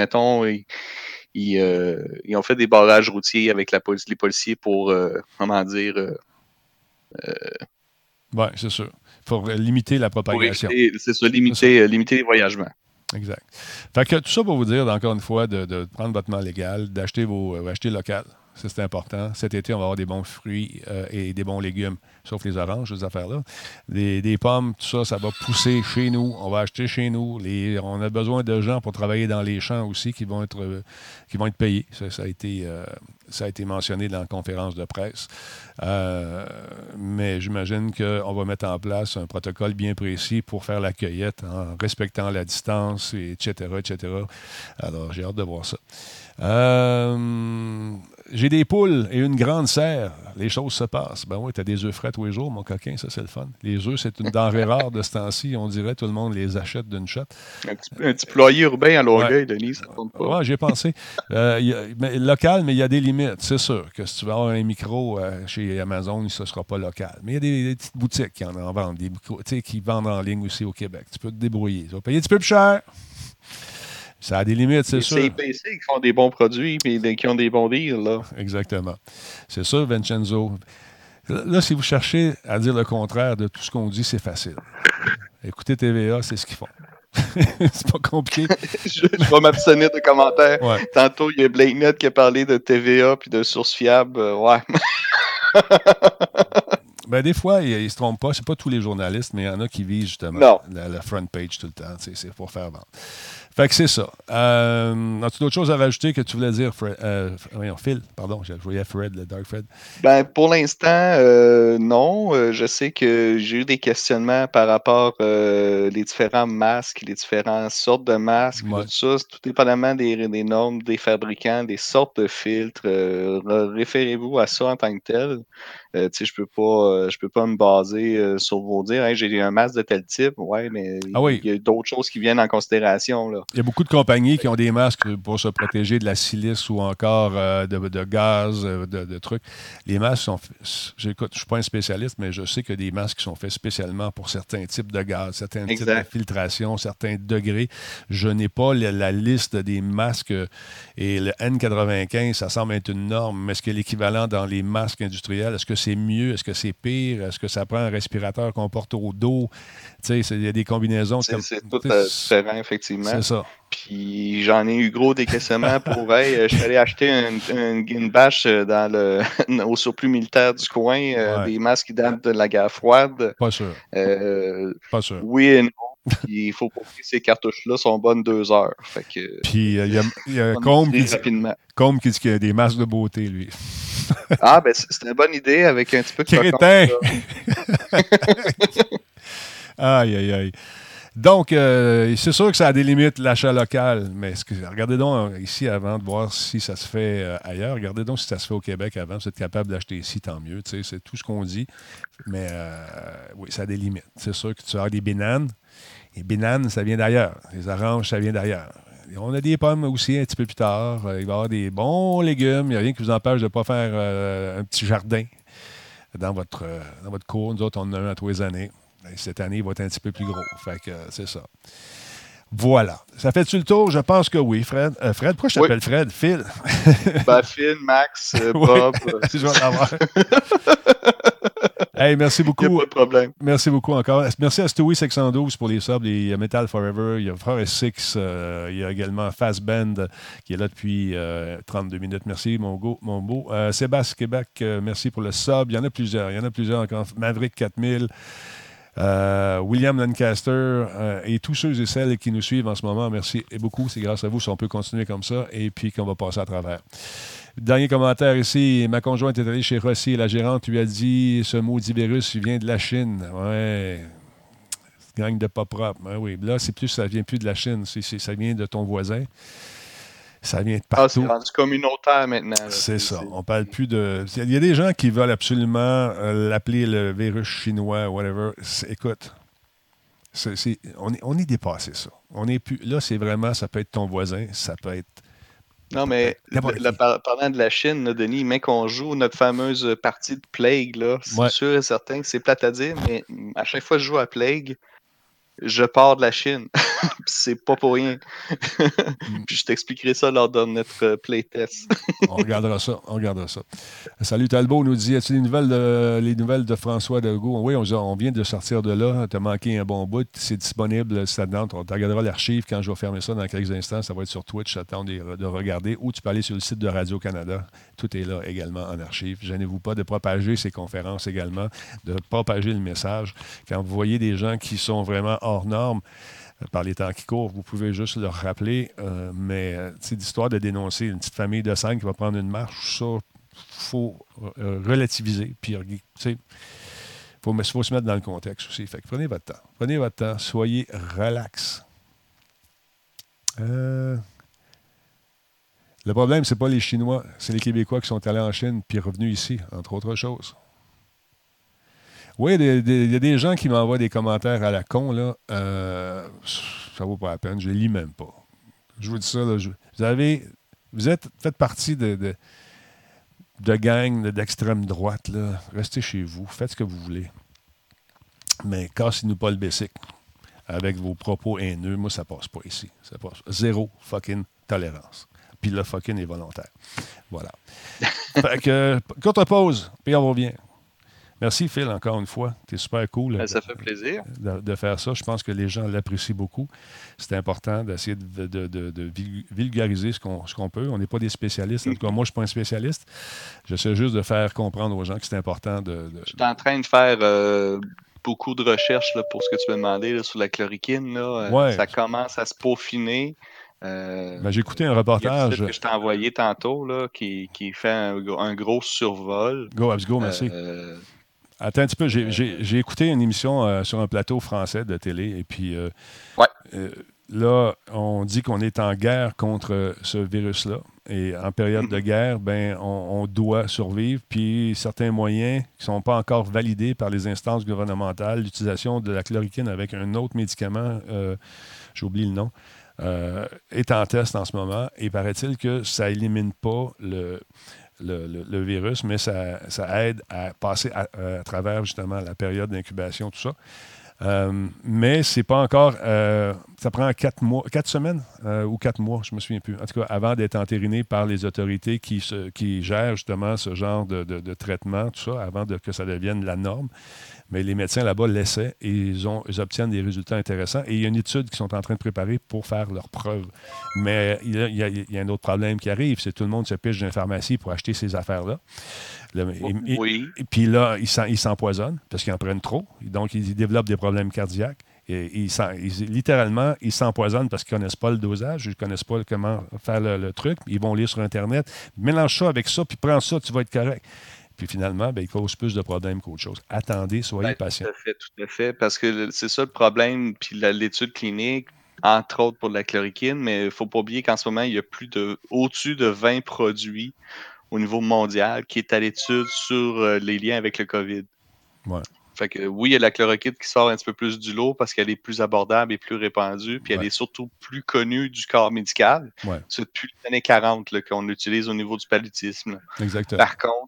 ont fait des barrages routiers avec les policiers pour, oui, c'est sûr. Pour limiter la propagation. C'est ça, limiter les voyagements. Exact. Fait que tout ça pour vous dire, encore une fois, de prendre votre mal légal, d'acheter acheter local. Ça, c'est important. Cet été, on va avoir des bons fruits et des bons légumes, sauf les oranges, ces affaires-là. Des pommes, tout ça, ça va pousser chez nous. On va acheter chez nous. On a besoin de gens pour travailler dans les champs aussi qui vont être payés. Ça a été mentionné dans la conférence de presse. Mais j'imagine qu'on va mettre en place un protocole bien précis pour faire la cueillette en respectant la distance, etc., etc. Alors, j'ai hâte de voir ça. J'ai des poules et une grande serre. Les choses se passent. Ben oui, tu as des œufs frais tous les jours, mon coquin, ça c'est le fun. Les œufs, c'est une denrée rare de ce temps-ci. On dirait tout le monde les achète d'une shot. Un petit poulailler urbain à Longueuil, Denis, ça compte pas. Oui, j'ai pensé. Local, mais il y a des limites. C'est sûr que si tu vas avoir un micro chez Amazon, ça ne sera pas local. Mais il y a des petites boutiques qui en vendent, des micros, qui vendent en ligne aussi au Québec. Tu peux te débrouiller. Tu vas payer un petit peu plus cher. Ça a des limites, c'est sûr. C'est CPC qui font des bons produits et qui ont des bons deals, là. Exactement. C'est sûr, Vincenzo. Là, si vous cherchez à dire le contraire de tout ce qu'on dit, c'est facile. Écoutez TVA, c'est ce qu'ils font. C'est pas compliqué. Je vais m'abstenir de commentaires. Ouais. Tantôt, il y a Blake Net qui a parlé de TVA puis de sources fiables. Ouais. Ben, des fois, ils ne se trompent pas. C'est pas tous les journalistes, mais il y en a qui visent justement la front page tout le temps. C'est pour faire vendre. Fait que c'est ça. As-tu d'autres choses à rajouter que tu voulais dire, Phil? Pardon, je voyais Fred, le Dark Fred. Ben, pour l'instant, non. Je sais que j'ai eu des questionnements par rapport les différents masques, les différentes sortes de masques, tout ça. Tout dépendamment des normes des fabricants, des sortes de filtres. Référez-vous à ça en tant que tel. Je peux pas me baser sur vos dires. Hey, j'ai un masque de tel type. Ouais, mais il y a d'autres choses qui viennent en considération, là. Il y a beaucoup de compagnies qui ont des masques pour se protéger de la silice ou encore de gaz, de trucs. Les masques sont... J'écoute, je ne suis pas un spécialiste, mais je sais que des masques sont faits spécialement pour certains types de gaz, certains types de filtration, certains degrés. Je n'ai pas la liste des masques et le N95, ça semble être une norme, mais est-ce que l'équivalent dans les masques industriels, est-ce que c'est mieux, est-ce que c'est pire, est-ce que ça prend un respirateur qu'on porte au dos? Tu sais, il y a des combinaisons. C'est tout différent, effectivement. C'est ça. Puis j'en ai eu gros des questionnements pour je suis allé acheter une bâche au surplus militaire du coin, des masques qui datent de la guerre froide. Pas sûr. Pas sûr. Oui et non. Puis il faut pas que ces cartouches-là sont bonnes 2 heures. Fait que, puis il y a Combe qui dit qu'il y a des masques de beauté, lui. Ah, ben c'est une bonne idée avec un petit peu de crétin. Aïe, aïe, aïe. Donc, c'est sûr que ça a des limites, l'achat local, mais regardez donc ici avant de voir si ça se fait ailleurs. Regardez donc si ça se fait au Québec avant. Vous êtes capable d'acheter ici, tant mieux. C'est tout ce qu'on dit. Mais oui, ça a des limites. C'est sûr que tu as des bananes. Les bananes, ça vient d'ailleurs. Les oranges, ça vient d'ailleurs. Et on a des pommes aussi un petit peu plus tard. Il va y avoir des bons légumes. Il n'y a rien qui vous empêche de ne pas faire un petit jardin dans votre cour. Nous autres, on en a un à tous les années. Cette année, il va être un petit peu plus gros. Fait que c'est ça. Voilà. Ça fait-tu le tour? Je pense que oui, Fred. Fred, pourquoi je t'appelle Fred? Phil? Ben, Phil, Max, Bob. Si je vais l'avoir. Hey, merci beaucoup. Il n'y a pas de problème. Merci beaucoup encore. Merci à Stewie 612 pour les subs, il y a Metal Forever, il y a Frère Six, il y a également Fast Band qui est là depuis 32 minutes. Merci, mon beau. Sébastien Québec, merci pour le sub. Il y en a plusieurs encore. Maverick 4000. William Lancaster et tous ceux et celles qui nous suivent en ce moment, merci et beaucoup. C'est grâce à vous si on peut continuer comme ça et puis qu'on va passer à travers. Dernier commentaire ici. Ma conjointe est allée chez Rossi et la gérante lui a dit ce maudit virus vient de la Chine. Ouais. Gang de pas propre. Ouais, oui. Là, ça vient plus de la Chine. Ça vient de ton voisin. Ça vient de partout. C'est rendu communautaire maintenant. Là. C'est ça. On parle plus de... Il y a des gens qui veulent absolument l'appeler le virus chinois, whatever. Écoute, on est dépassé ça. On est plus... Là, c'est vraiment... Ça peut être ton voisin, ça peut être... Non, mais parlant de la Chine, là, Denis, mais qu'on joue notre fameuse partie de Plague, là, c'est sûr et certain que c'est plate à dire, mais à chaque fois que je joue à Plague, je pars de la Chine. C'est pas pour rien. Puis je t'expliquerai ça lors de notre playtest. On regardera ça. Salut Talbot nous dit, as-tu les nouvelles de François Legault? Oui, on vient de sortir de là. T'as manqué un bon bout. C'est disponible, ça dedans. On regardera l'archive quand je vais fermer ça dans quelques instants. Ça va être sur Twitch. J'attends de regarder. Ou tu peux aller sur le site de Radio-Canada. Tout est là également en archive. Gênez-vous pas de propager ces conférences également, de propager le message. Quand vous voyez des gens qui sont vraiment hors normes, par les temps qui courent, vous pouvez juste leur rappeler, mais c'est l'histoire de dénoncer une petite famille de 5 qui va prendre une marche, ça, il faut relativiser. Puis, tu sais, il faut se mettre dans le contexte aussi. Fait que prenez votre temps. Prenez votre temps. Soyez relax. Le problème, c'est pas les Chinois, c'est les Québécois qui sont allés en Chine puis revenus ici, entre autres choses. Oui, il y a des gens qui m'envoient des commentaires à la con, là. Ça vaut pas la peine. Je les lis même pas. Je vous dis ça, là. Faites partie de gang d'extrême droite, là. Restez chez vous. Faites ce que vous voulez. Mais cassez-nous pas le basic avec vos propos haineux. Moi, ça passe pas ici. Ça passe. Zéro fucking tolérance. Puis le fucking est volontaire. Voilà. Fait que, courte pause, puis on revient. Merci, Phil, encore une fois. T'es super cool. Ça fait plaisir. De faire ça. Je pense que les gens l'apprécient beaucoup. C'est important d'essayer de vulgariser ce qu'on peut. On n'est pas des spécialistes. En tout cas, moi, je ne suis pas un spécialiste. J'essaie juste de faire comprendre aux gens que c'est important de... Je suis en train de faire beaucoup de recherches là, pour ce que tu m'as demandé là, sur la chloroquine. Là. Ouais. Ça commence à se peaufiner. J'ai écouté un reportage que je t'ai envoyé tantôt là, qui fait un gros survol. Go, merci. Attends un petit peu, j'ai écouté une émission sur un plateau français de télé et puis là, on dit qu'on est en guerre contre ce virus-là et en période de guerre, ben, on doit survivre puis certains moyens qui ne sont pas encore validés par les instances gouvernementales, l'utilisation de la chloroquine avec un autre médicament, j'oublie le nom, est en test en ce moment et paraît-il que ça élimine pas le virus, mais ça aide à passer à travers justement la période d'incubation, tout ça. Mais c'est pas encore... ça prend 4 semaines ou 4 mois, je me souviens plus. En tout cas, avant d'être entériné par les autorités qui gèrent justement ce genre de traitement, tout ça, avant que ça devienne la norme. Mais les médecins là-bas l'essaient et ils obtiennent des résultats intéressants. Et il y a une étude qu'ils sont en train de préparer pour faire leurs preuves. Mais il y a un autre problème qui arrive, c'est que tout le monde se piche dans une pharmacie pour acheter ces affaires-là. Oui. Et puis là, ils s'empoisonnent parce qu'ils en prennent trop. Donc, ils développent des problèmes cardiaques. Et littéralement, ils s'empoisonnent parce qu'ils ne connaissent pas le dosage, ils ne connaissent pas comment faire le truc. Ils vont lire sur Internet. Mélange ça avec ça, puis prends ça, tu vas être correct. Puis finalement, ben, il cause plus de problèmes qu'autre chose. Attendez, soyez patient. Tout à fait, parce que c'est ça le problème. Puis l'étude clinique, entre autres pour la chloroquine, mais il ne faut pas oublier qu'en ce moment, il y a au-dessus de 20 produits au niveau mondial qui est à l'étude sur les liens avec le COVID. Ouais. Fait que oui, il y a la chloroquine qui sort un petit peu plus du lot parce qu'elle est plus abordable et plus répandue, puis elle est surtout plus connue du corps médical. Ouais. C'est depuis les années 40 là, qu'on l'utilise au niveau du paludisme. Là. Exactement. Par contre,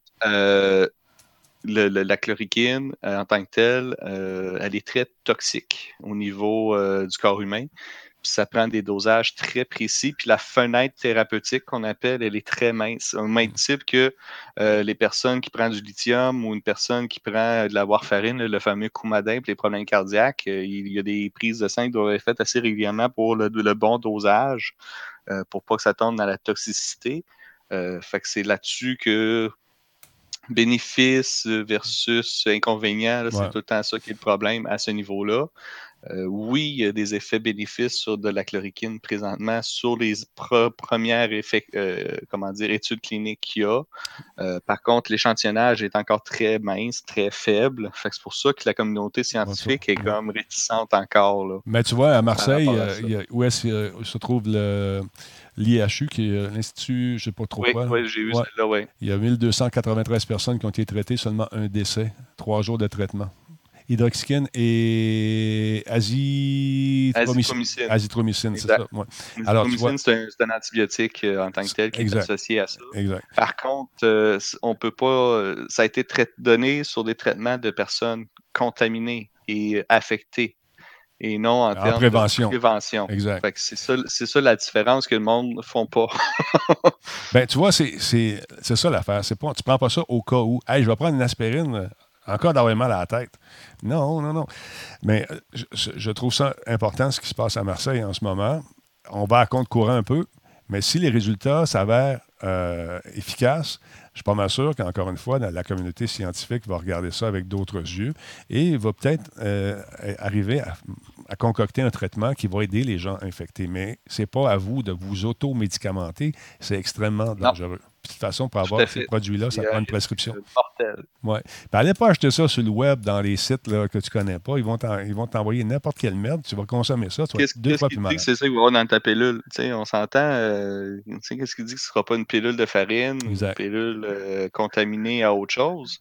la chloroquine, en tant que telle, elle est très toxique au niveau du corps humain. Puis ça prend des dosages très précis. Puis la fenêtre thérapeutique qu'on appelle, elle est très mince. Au même type que les personnes qui prennent du lithium ou une personne qui prend de la warfarine, le fameux Coumadin pour les problèmes cardiaques, il y a des prises de sang qui doivent être faites assez régulièrement pour le bon dosage, pour pas que ça tombe dans la toxicité. Fait que c'est là-dessus que bénéfice versus inconvénient, là, c'est tout le temps ça qui est le problème à ce niveau-là. Oui, il y a des effets bénéfices sur de la chloroquine présentement sur les premières études cliniques qu'il y a. Par contre, l'échantillonnage est encore très mince, très faible. Fait que c'est pour ça que la communauté scientifique est comme réticente encore. Là, mais tu vois, à Marseille, où se trouve l'IHU, qui est l'Institut, je ne sais pas trop quoi. Oui, j'ai vu celle-là, oui. Il y a 1293 personnes qui ont été traitées, seulement un décès, 3 jours de traitement. Hydroxyquine et azithromycine, c'est ça. Ouais. L'azithromycine, c'est un antibiotique en tant que tel qui est associé à ça. Exact. Par contre, on peut pas. Ça a été donné sur des traitements de personnes contaminées et affectées. Et non en termes de prévention. Exact. Fait que c'est ça la différence que le monde ne font pas. Ben, tu vois, c'est ça l'affaire. Tu ne prends pas ça au cas où, hey, je vais prendre une aspirine. Encore d'avoir mal à la tête. Non. Mais je trouve ça important, ce qui se passe à Marseille en ce moment. On va à compte courant un peu, mais si les résultats s'avèrent efficace, je suis pas mal sûr qu'encore une fois, la communauté scientifique va regarder ça avec d'autres yeux et va peut-être arriver à concocter un traitement qui va aider les gens infectés. Mais c'est pas à vous de vous auto-médicamenter. C'est extrêmement dangereux. Puis, de toute façon, pour avoir ces produits-là, ça prend une prescription. Ouais. Puis, allez pas acheter ça sur le web dans les sites là, que tu connais pas. Ils vont t'envoyer n'importe quelle merde. Tu vas consommer ça. Tu vas être 2 fois plus malade. Qu'est-ce qui dit que c'est ça qu'il va y avoir dans ta pilule? On s'entend. Qu'est-ce qui dit que ce ne sera pas une pilule de farine, une pilule contaminée à autre chose?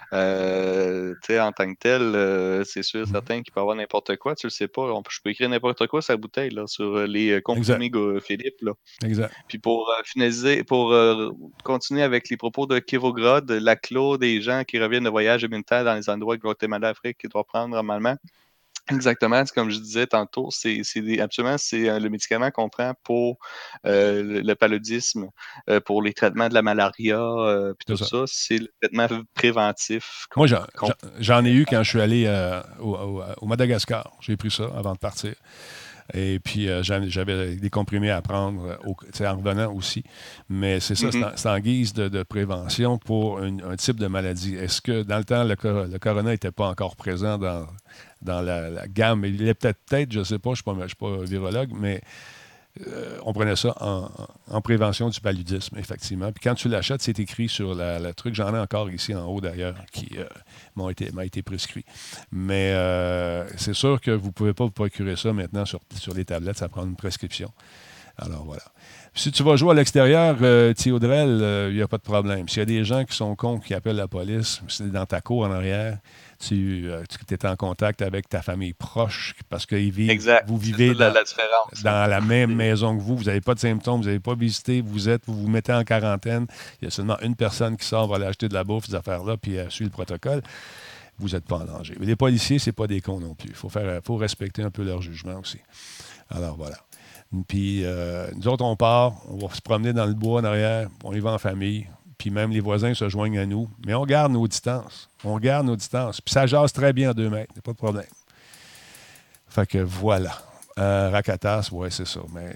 En tant que tel, c'est sûr, certain qu'il peut y avoir n'importe quoi. Tu le sais pas. Je peux écrire n'importe quoi sur la bouteille là, sur les comprimés Philippe. Là. Exact. Puis pour finaliser, pour continuer avec les propos de Kivograd, la clos des gens qui reviennent de voyage immunitaire dans les endroits de Guatemala, Afrique, qu'ils doivent prendre normalement. Exactement, c'est comme je disais tantôt, absolument, c'est le médicament qu'on prend pour le paludisme, pour les traitements de la malaria, puis tout ça, c'est le traitement préventif. Moi, j'en ai eu quand je suis allé au Madagascar. J'ai pris ça avant de partir. Et puis, j'avais des comprimés à prendre en revenant aussi. Mais c'est ça, c'est en guise de prévention pour un type de maladie. Est-ce que, dans le temps, le corona n'était pas encore présent dans la gamme? Il est peut-être, je ne sais pas, je ne suis pas virologue, mais on prenait ça en prévention du paludisme, effectivement. Puis quand tu l'achètes, c'est écrit sur le truc. J'en ai encore ici en haut, d'ailleurs, qui m'a été prescrit. Mais c'est sûr que vous ne pouvez pas vous procurer ça maintenant sur les tablettes. Ça prend une prescription. Alors, voilà. Puis, si tu vas jouer à l'extérieur, Théodrel, il n'y a pas de problème. S'il y a des gens qui sont cons, qui appellent la police, c'est dans ta cour en arrière, tu es en contact avec ta famille proche parce que vous vivez dans la même maison que vous n'avez pas de symptômes, vous n'avez pas visité, vous vous mettez en quarantaine, il y a seulement une personne qui sort, va aller acheter de la bouffe, ces affaires-là, puis elle suit le protocole, vous n'êtes pas en danger. Mais les policiers, c'est pas des cons non plus. Il faut respecter un peu leur jugement aussi. Alors voilà. Puis nous autres, on part, on va se promener dans le bois en arrière, on y va en famille. Puis même les voisins se joignent à nous. Mais on garde nos distances. Puis ça jase très bien à 2 mètres. Il n'y a pas de problème. Fait que voilà. Racatas, ouais, c'est ça. Mais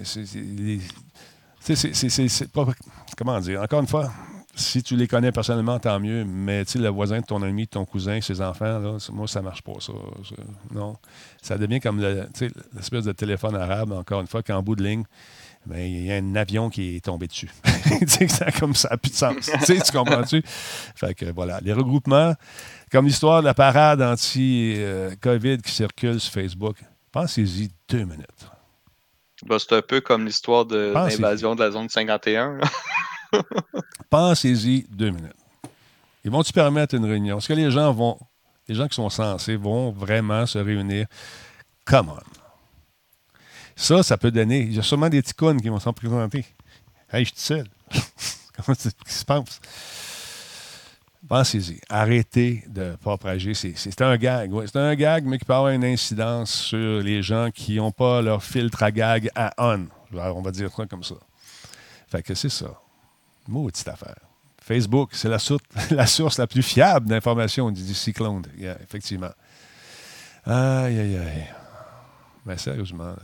c'est pas... Comment dire? Encore une fois, si tu les connais personnellement, tant mieux. Mais tu sais, le voisin de ton ami, de ton cousin, ses enfants, là, moi, ça marche pas, ça. Non. Ça devient comme l'espèce de téléphone arabe, encore une fois, qu'en bout de ligne, ben, il y a un avion qui est tombé dessus. Comme ça n'a plus de sens. Tu comprends-tu? Fait que voilà. Les regroupements, comme l'histoire de la parade anti-COVID qui circule sur Facebook, pensez-y 2 minutes. Ben, c'est un peu comme l'histoire de l'invasion de la zone 51. Pensez-y 2 minutes. Ils vont-tu permettre une réunion? Est-ce que les gens qui sont censés vont vraiment se réunir? Come on. Ça peut donner... Il y a sûrement des petits cons qui vont s'en présenter. Hey, je suis seul. Comment ça se passe? Pensez-y. Arrêtez de propager. C'est un gag. Ouais. C'est un gag, mais qui peut avoir une incidence sur les gens qui n'ont pas leur filtre à gag à on. On va dire ça comme ça. Fait que c'est ça. Maudite affaire. Facebook, c'est la source la plus fiable d'informations du cyclone. Yeah, effectivement. Aïe, aïe, aïe. Mais sérieusement.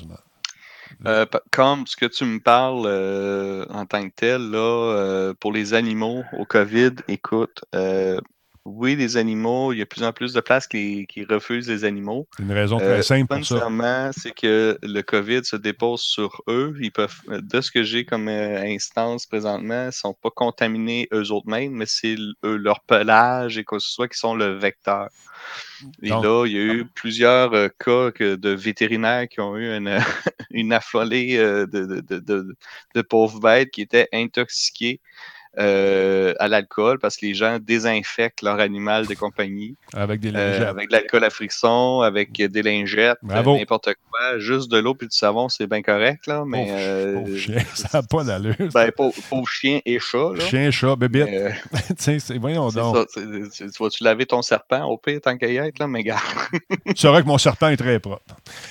Comme ce que tu me parles en tant que tel, là, pour les animaux au COVID, écoute, oui, les animaux, il y a de plus en plus de places qui refusent les animaux. C'est une raison très simple pour ça. C'est que le COVID se dépose sur eux. Ils peuvent, de ce que j'ai comme instance présentement, ils ne sont pas contaminés eux-mêmes, mais c'est leur pelage et quoi que ce soit qui sont le vecteur. Et là, il y a eu plusieurs cas de vétérinaires qui ont eu une affolée de pauvres bêtes qui étaient intoxiquées à l'alcool parce que les gens désinfectent leur animal de compagnie. Avec des lingettes. Avec de l'alcool à frisson, avec des lingettes, n'importe quoi. Juste de l'eau puis du savon, c'est bien correct, là. Mais, pauvre chien, ça n'a pas d'allure. Ben, pauvre chien et chat, là. Chien, chat, bébite. Voyons donc. Ça, tu vas-tu laver ton serpent au pire tant qu'à y être, là, mais gars. C'est vrai que mon serpent est très propre.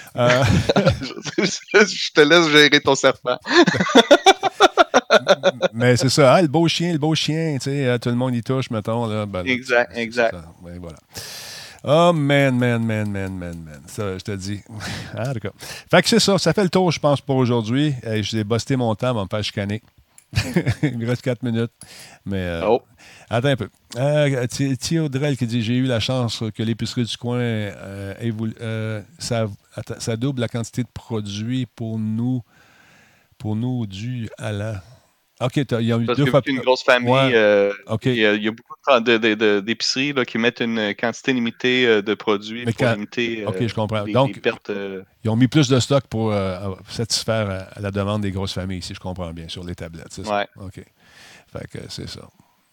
Je te laisse gérer ton serpent. Mais c'est ça, le beau chien, tu sais, tout le monde y touche, mettons. Là, ben, exact. Ouais, voilà. Oh, man. Ça, je te dis. En tout cas. Fait que c'est ça. Ça fait le tour, je pense, pour aujourd'hui. Je l'ai busté mon temps, on va me faire chicaner. Il me reste 4 minutes. Mais attends un peu. Thio Drell qui dit « J'ai eu la chance que l'épicerie du coin ça double la quantité de produits pour nous dû à la... » OK, il y a eu parce deux que fois une grosse famille, okay. il y a beaucoup d'épiceries qui mettent une quantité limitée de produits pour limiter je comprends. les Donc, pertes. Ils ont mis plus de stock pour satisfaire à la demande des grosses familles, si je comprends bien, sur les tablettes, c'est ça? OK. Fait que c'est ça.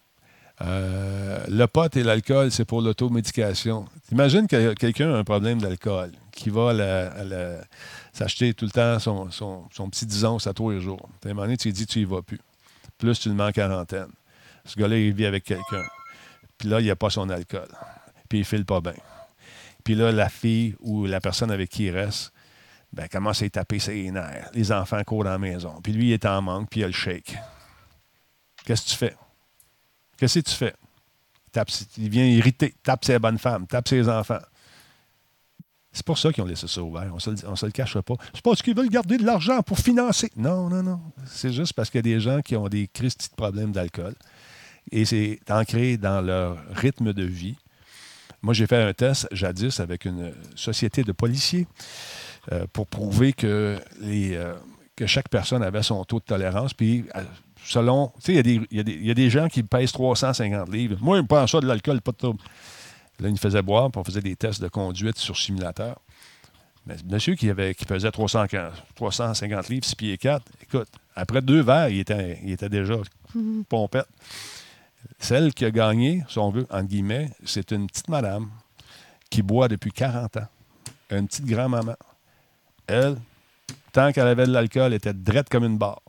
Le pot et l'alcool, c'est pour l'automédication. Imagine que quelqu'un a un problème d'alcool, qui va s'acheter tout le temps son petit 10 onces à tous les jours. À un moment donné, tu lui dis tu y vas plus. Plus tu le mets en quarantaine. Ce gars-là, il vit avec quelqu'un. Puis là, il n'a pas son alcool. Puis il file pas bien. Puis là, la fille ou la personne avec qui il reste, commence à y taper ses nerfs. Les enfants courent dans la maison. Puis lui, il est en manque, puis il a le shake. Qu'est-ce que tu fais? Qu'est-ce que tu fais? Il vient irriter, tape ses bonnes femmes, tape ses enfants. C'est pour ça qu'ils ont laissé ça ouvert. On ne se le cachera pas. C'est parce qu'ils veulent garder de l'argent pour financer. Non. C'est juste parce qu'il y a des gens qui ont des cristis de problèmes d'alcool. Et c'est ancré dans leur rythme de vie. Moi, j'ai fait un test jadis avec une société de policiers pour prouver que chaque personne avait son taux de tolérance. Puis, selon... Tu sais, il y a des gens qui pèsent 350 livres. Moi, je me prends ça de l'alcool, pas de trouble. Là, il nous faisait boire, puis on faisait des tests de conduite sur simulateur. Mais le monsieur qui pesait 350 livres, 6 pieds 4, écoute, après 2 verres, il était déjà pompette. Celle qui a gagné, si on veut, entre guillemets, c'est une petite madame qui boit depuis 40 ans. Une petite grand-maman. Elle, tant qu'elle avait de l'alcool, elle était drette comme une barre.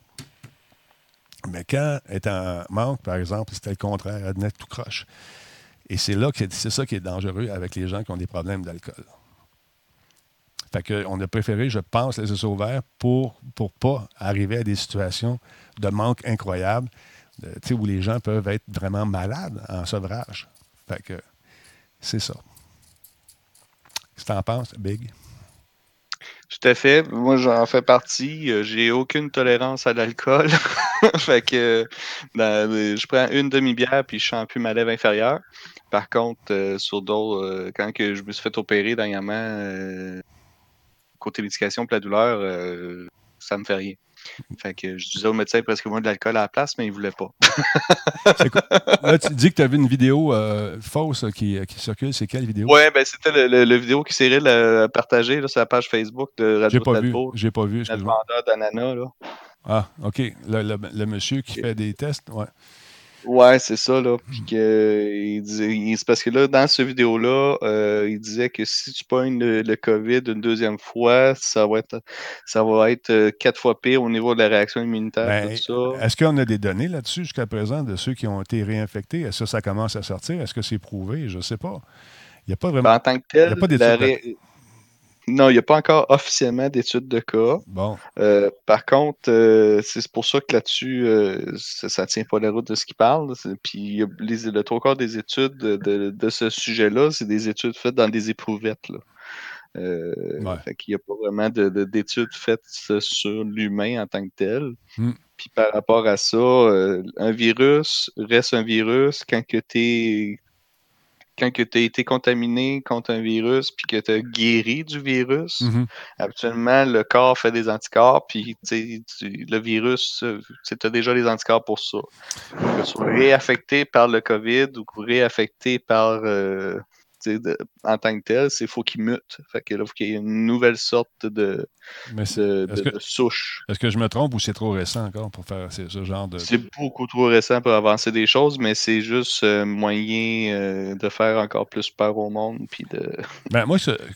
Mais quand elle était en manque, par exemple, c'était le contraire, elle venait tout croche. Et c'est ça qui est dangereux avec les gens qui ont des problèmes d'alcool. Fait qu'on a préféré, je pense, laisser ça ouvert pour pas arriver à des situations de manque incroyable, où les gens peuvent être vraiment malades en sevrage. Fait que c'est ça. Qu'est-ce que tu en penses, Big? Tout à fait. Moi, j'en fais partie. J'ai aucune tolérance à l'alcool. Fait que je prends une demi-bière puis je sens plus ma lèvre inférieure. Par contre, sur d'autres, quand que je me suis fait opérer dernièrement, côté médication pour la douleur, ça me fait rien. Fait que je disais au médecin presque moins de l'alcool à la place, mais il ne voulait pas. Là, tu dis que tu as vu une vidéo fausse qui circule. C'est quelle vidéo? Oui, c'était le vidéo qui Cyril a partagé sur la page Facebook de Radio Talbot. J'ai pas vu. Le vendeur d'ananas, là. Ah, OK. Le monsieur qui fait des tests, ouais. Ouais, c'est ça, là. Puis c'est parce que là, dans cette vidéo-là, il disait que si tu pognes le COVID une deuxième fois, ça va être 4 fois pire au niveau de la réaction immunitaire, tout ça. Est-ce qu'on a des données là-dessus jusqu'à présent de ceux qui ont été réinfectés? Est-ce que ça commence à sortir? Est-ce que c'est prouvé? Je ne sais pas. Il n'y a pas vraiment... en tant que tel, non, il n'y a pas encore officiellement d'études de cas. Bon. Par contre, c'est pour ça que là-dessus, ça ne tient pas la route de ce qu'il parle. Puis le 3/4 des études de ce sujet-là, c'est des études faites dans des éprouvettes. Là. Fait qu'il n'y a pas vraiment d'études faites sur l'humain en tant que tel. Puis par rapport à ça, un virus reste un virus quand tu as été contaminé contre un virus puis que tu as guéri du virus, habituellement, le corps fait des anticorps, puis le virus, tu as déjà des anticorps pour ça. Que tu sois réaffecté par le COVID ou réaffecté par en tant que tel, il faut qu'il mute. Fait que là, il faut qu'il y ait une nouvelle sorte de souche. Est-ce que je me trompe ou c'est trop récent encore pour faire ce genre de... C'est beaucoup trop récent pour avancer des choses, mais c'est juste moyen de faire encore plus peur au monde. Puis de... moi,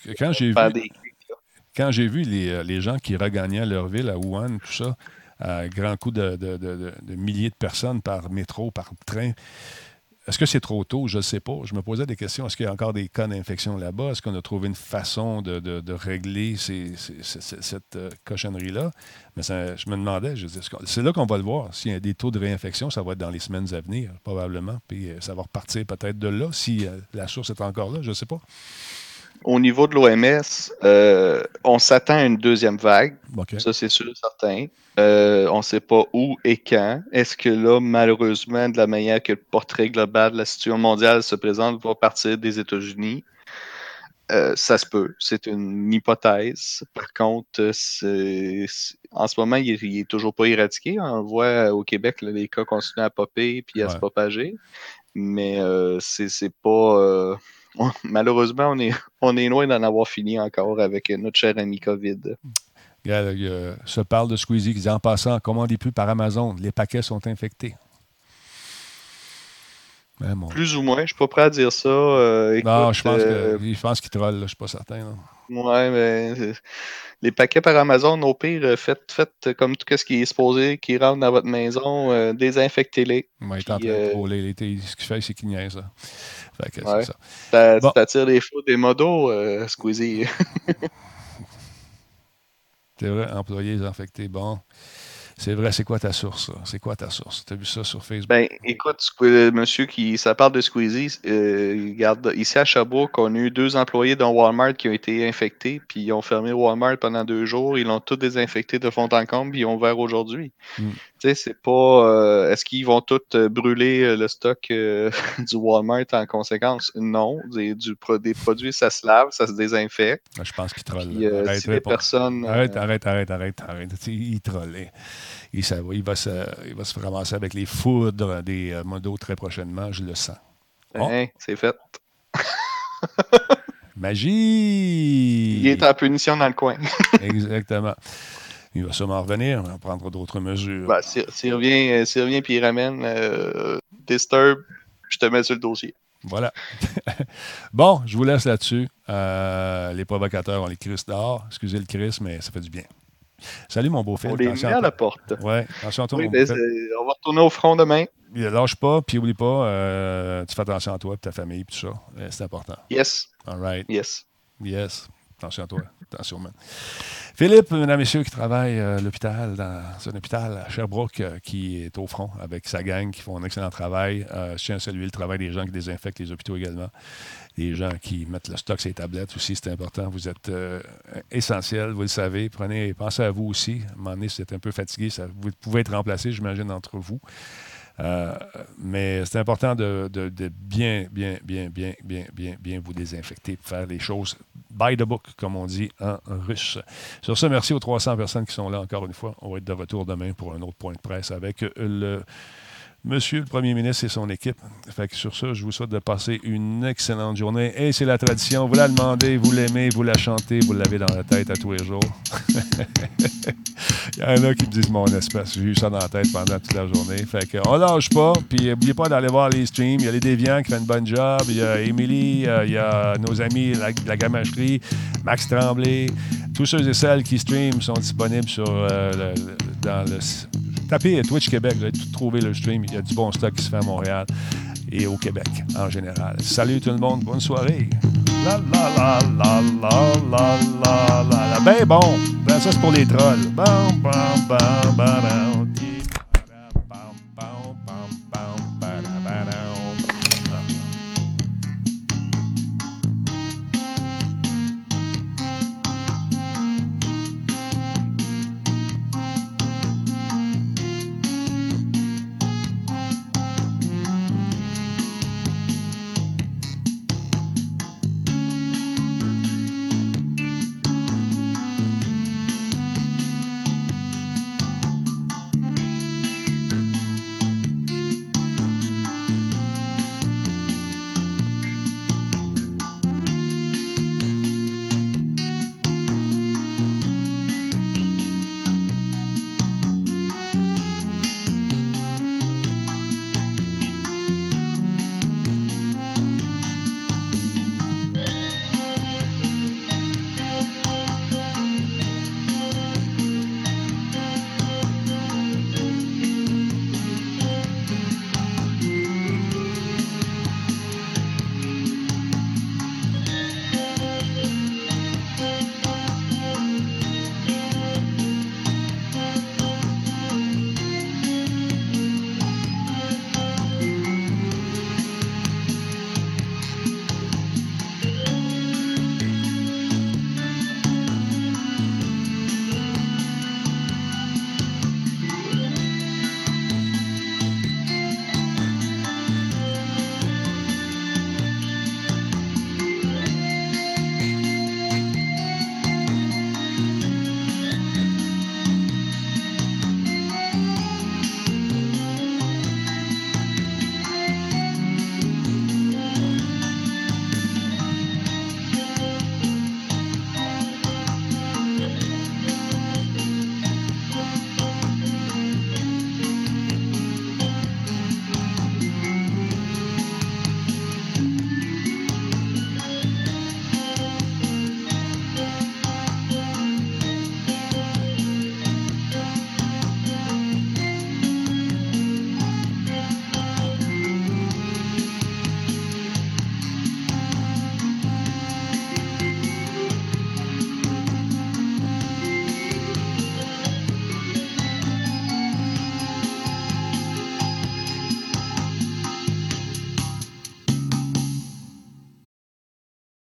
quand j'ai vu les gens qui regagnaient leur ville à Wuhan, tout ça, à grands coups de milliers de personnes par métro, par train, est-ce que c'est trop tôt? Je ne sais pas. Je me posais des questions. Est-ce qu'il y a encore des cas d'infection là-bas? Est-ce qu'on a trouvé une façon de régler cette cochonnerie-là? Mais je me demandais, c'est là qu'on va le voir. S'il y a des taux de réinfection, ça va être dans les semaines à venir, probablement. Puis ça va repartir peut-être de là, si la source est encore là. Je ne sais pas. au niveau de l'OMS, on s'attend à une deuxième vague. Okay. Ça, c'est sûr et certain. On ne sait pas où et quand. Est-ce que là, malheureusement, de la manière que le portrait global de la situation mondiale se présente, va partir des États-Unis? Ça se peut. C'est une hypothèse. Par contre, en ce moment, il n'est toujours pas éradiqué. On le voit au Québec, là, les cas continuent à popper puis à se propager. Mais c'est pas... malheureusement, on est loin d'en avoir fini encore avec notre cher ami COVID. Se parle de Squeezie qui dit en passant, commandez plus par Amazon. Les paquets sont infectés. Bon. Plus ou moins, je ne suis pas prêt à dire ça. Écoute, non, je pense qu'il troll, je ne suis pas certain. Là. Ouais, mais les paquets par Amazon, au pire, faites comme tout ce qui est supposé, qui rentre dans votre maison, désinfectez-les. Il est en train de troller. Ce qu'il fait, c'est qu'il niaise. Fait que c'est ça. T'attires les fous des modos, Squeezie. C'est vrai, employés infectés. Bon. C'est vrai, c'est quoi ta source? C'est quoi ta source? Tu as vu ça sur Facebook? Ben, écoute, monsieur ça parle de Squeezie. Regarde, ici à Sherbrooke, on a eu 2 employés dans Walmart qui ont été infectés, puis ils ont fermé Walmart pendant 2 jours. Ils l'ont tous désinfecté de fond en comble, puis ils ont ouvert aujourd'hui. Tu sais, c'est pas... est-ce qu'ils vont tous brûler le stock du Walmart en conséquence? Non. Des produits, ça se lave, ça se désinfecte. Je pense qu'ils trollent. Si les personnes... Arrête. Il troll. Il va se ramasser avec les foudres des modos très prochainement, je le sens. C'est fait. Magie! Il est en punition dans le coin. Exactement. Il va sûrement revenir, on va prendre d'autres mesures. Ben, s'il revient et il ramène Disturb, je te mets sur le dossier. Voilà. Bon, je vous laisse là-dessus. Les provocateurs, on les crisse dehors. Excusez le crisse, mais ça fait du bien. Salut, mon beau-fils. On les met à la porte. Oui, attention à toi, oui, mon beau-fils. On va retourner au front demain. Lâche pas, puis oublie pas, tu fais attention à toi et ta famille, puis tout ça. C'est important. Yes. All right. Yes. Attention à toi. Attention, man. Philippe, mesdames et messieurs, qui travaille à l'hôpital, dans un hôpital à Sherbrooke, qui est au front avec sa gang, qui font un excellent travail. Je tiens à saluer le travail des gens qui désinfectent les hôpitaux également. Les gens qui mettent le stock sur les tablettes aussi, c'est important. Vous êtes essentiels, vous le savez. Pensez à vous aussi. À un moment donné, si vous êtes un peu fatigué, vous pouvez être remplacé, j'imagine, entre vous. Mais c'est important de bien vous désinfecter, faire les choses by the book, comme on dit en russe. Sur ce, merci aux 300 personnes qui sont là encore une fois. On va être de retour demain pour un autre point de presse avec Monsieur le Premier ministre et son équipe. Fait que sur ça, je vous souhaite de passer une excellente journée. Et c'est la tradition. Vous la demandez, vous l'aimez, vous la chantez, vous l'avez dans la tête à tous les jours. Il y en a qui me disent mon espèce. J'ai eu ça dans la tête pendant toute la journée. Fait que on lâche pas. Puis n'oubliez pas d'aller voir les streams. Il y a les Déviants qui font une bonne job. Il y a Émilie. Il y a nos amis la Gamacherie, Max Tremblay. Tous ceux et celles qui streament sont disponibles sur dans le... Tapez Twitch Québec, vous allez tout trouver le stream. Il y a du bon stock qui se fait à Montréal et au Québec en général. Salut tout le monde, bonne soirée. La la la la la la la la. Ben bon, ben ça c'est pour les trolls. Bam bam bam bam.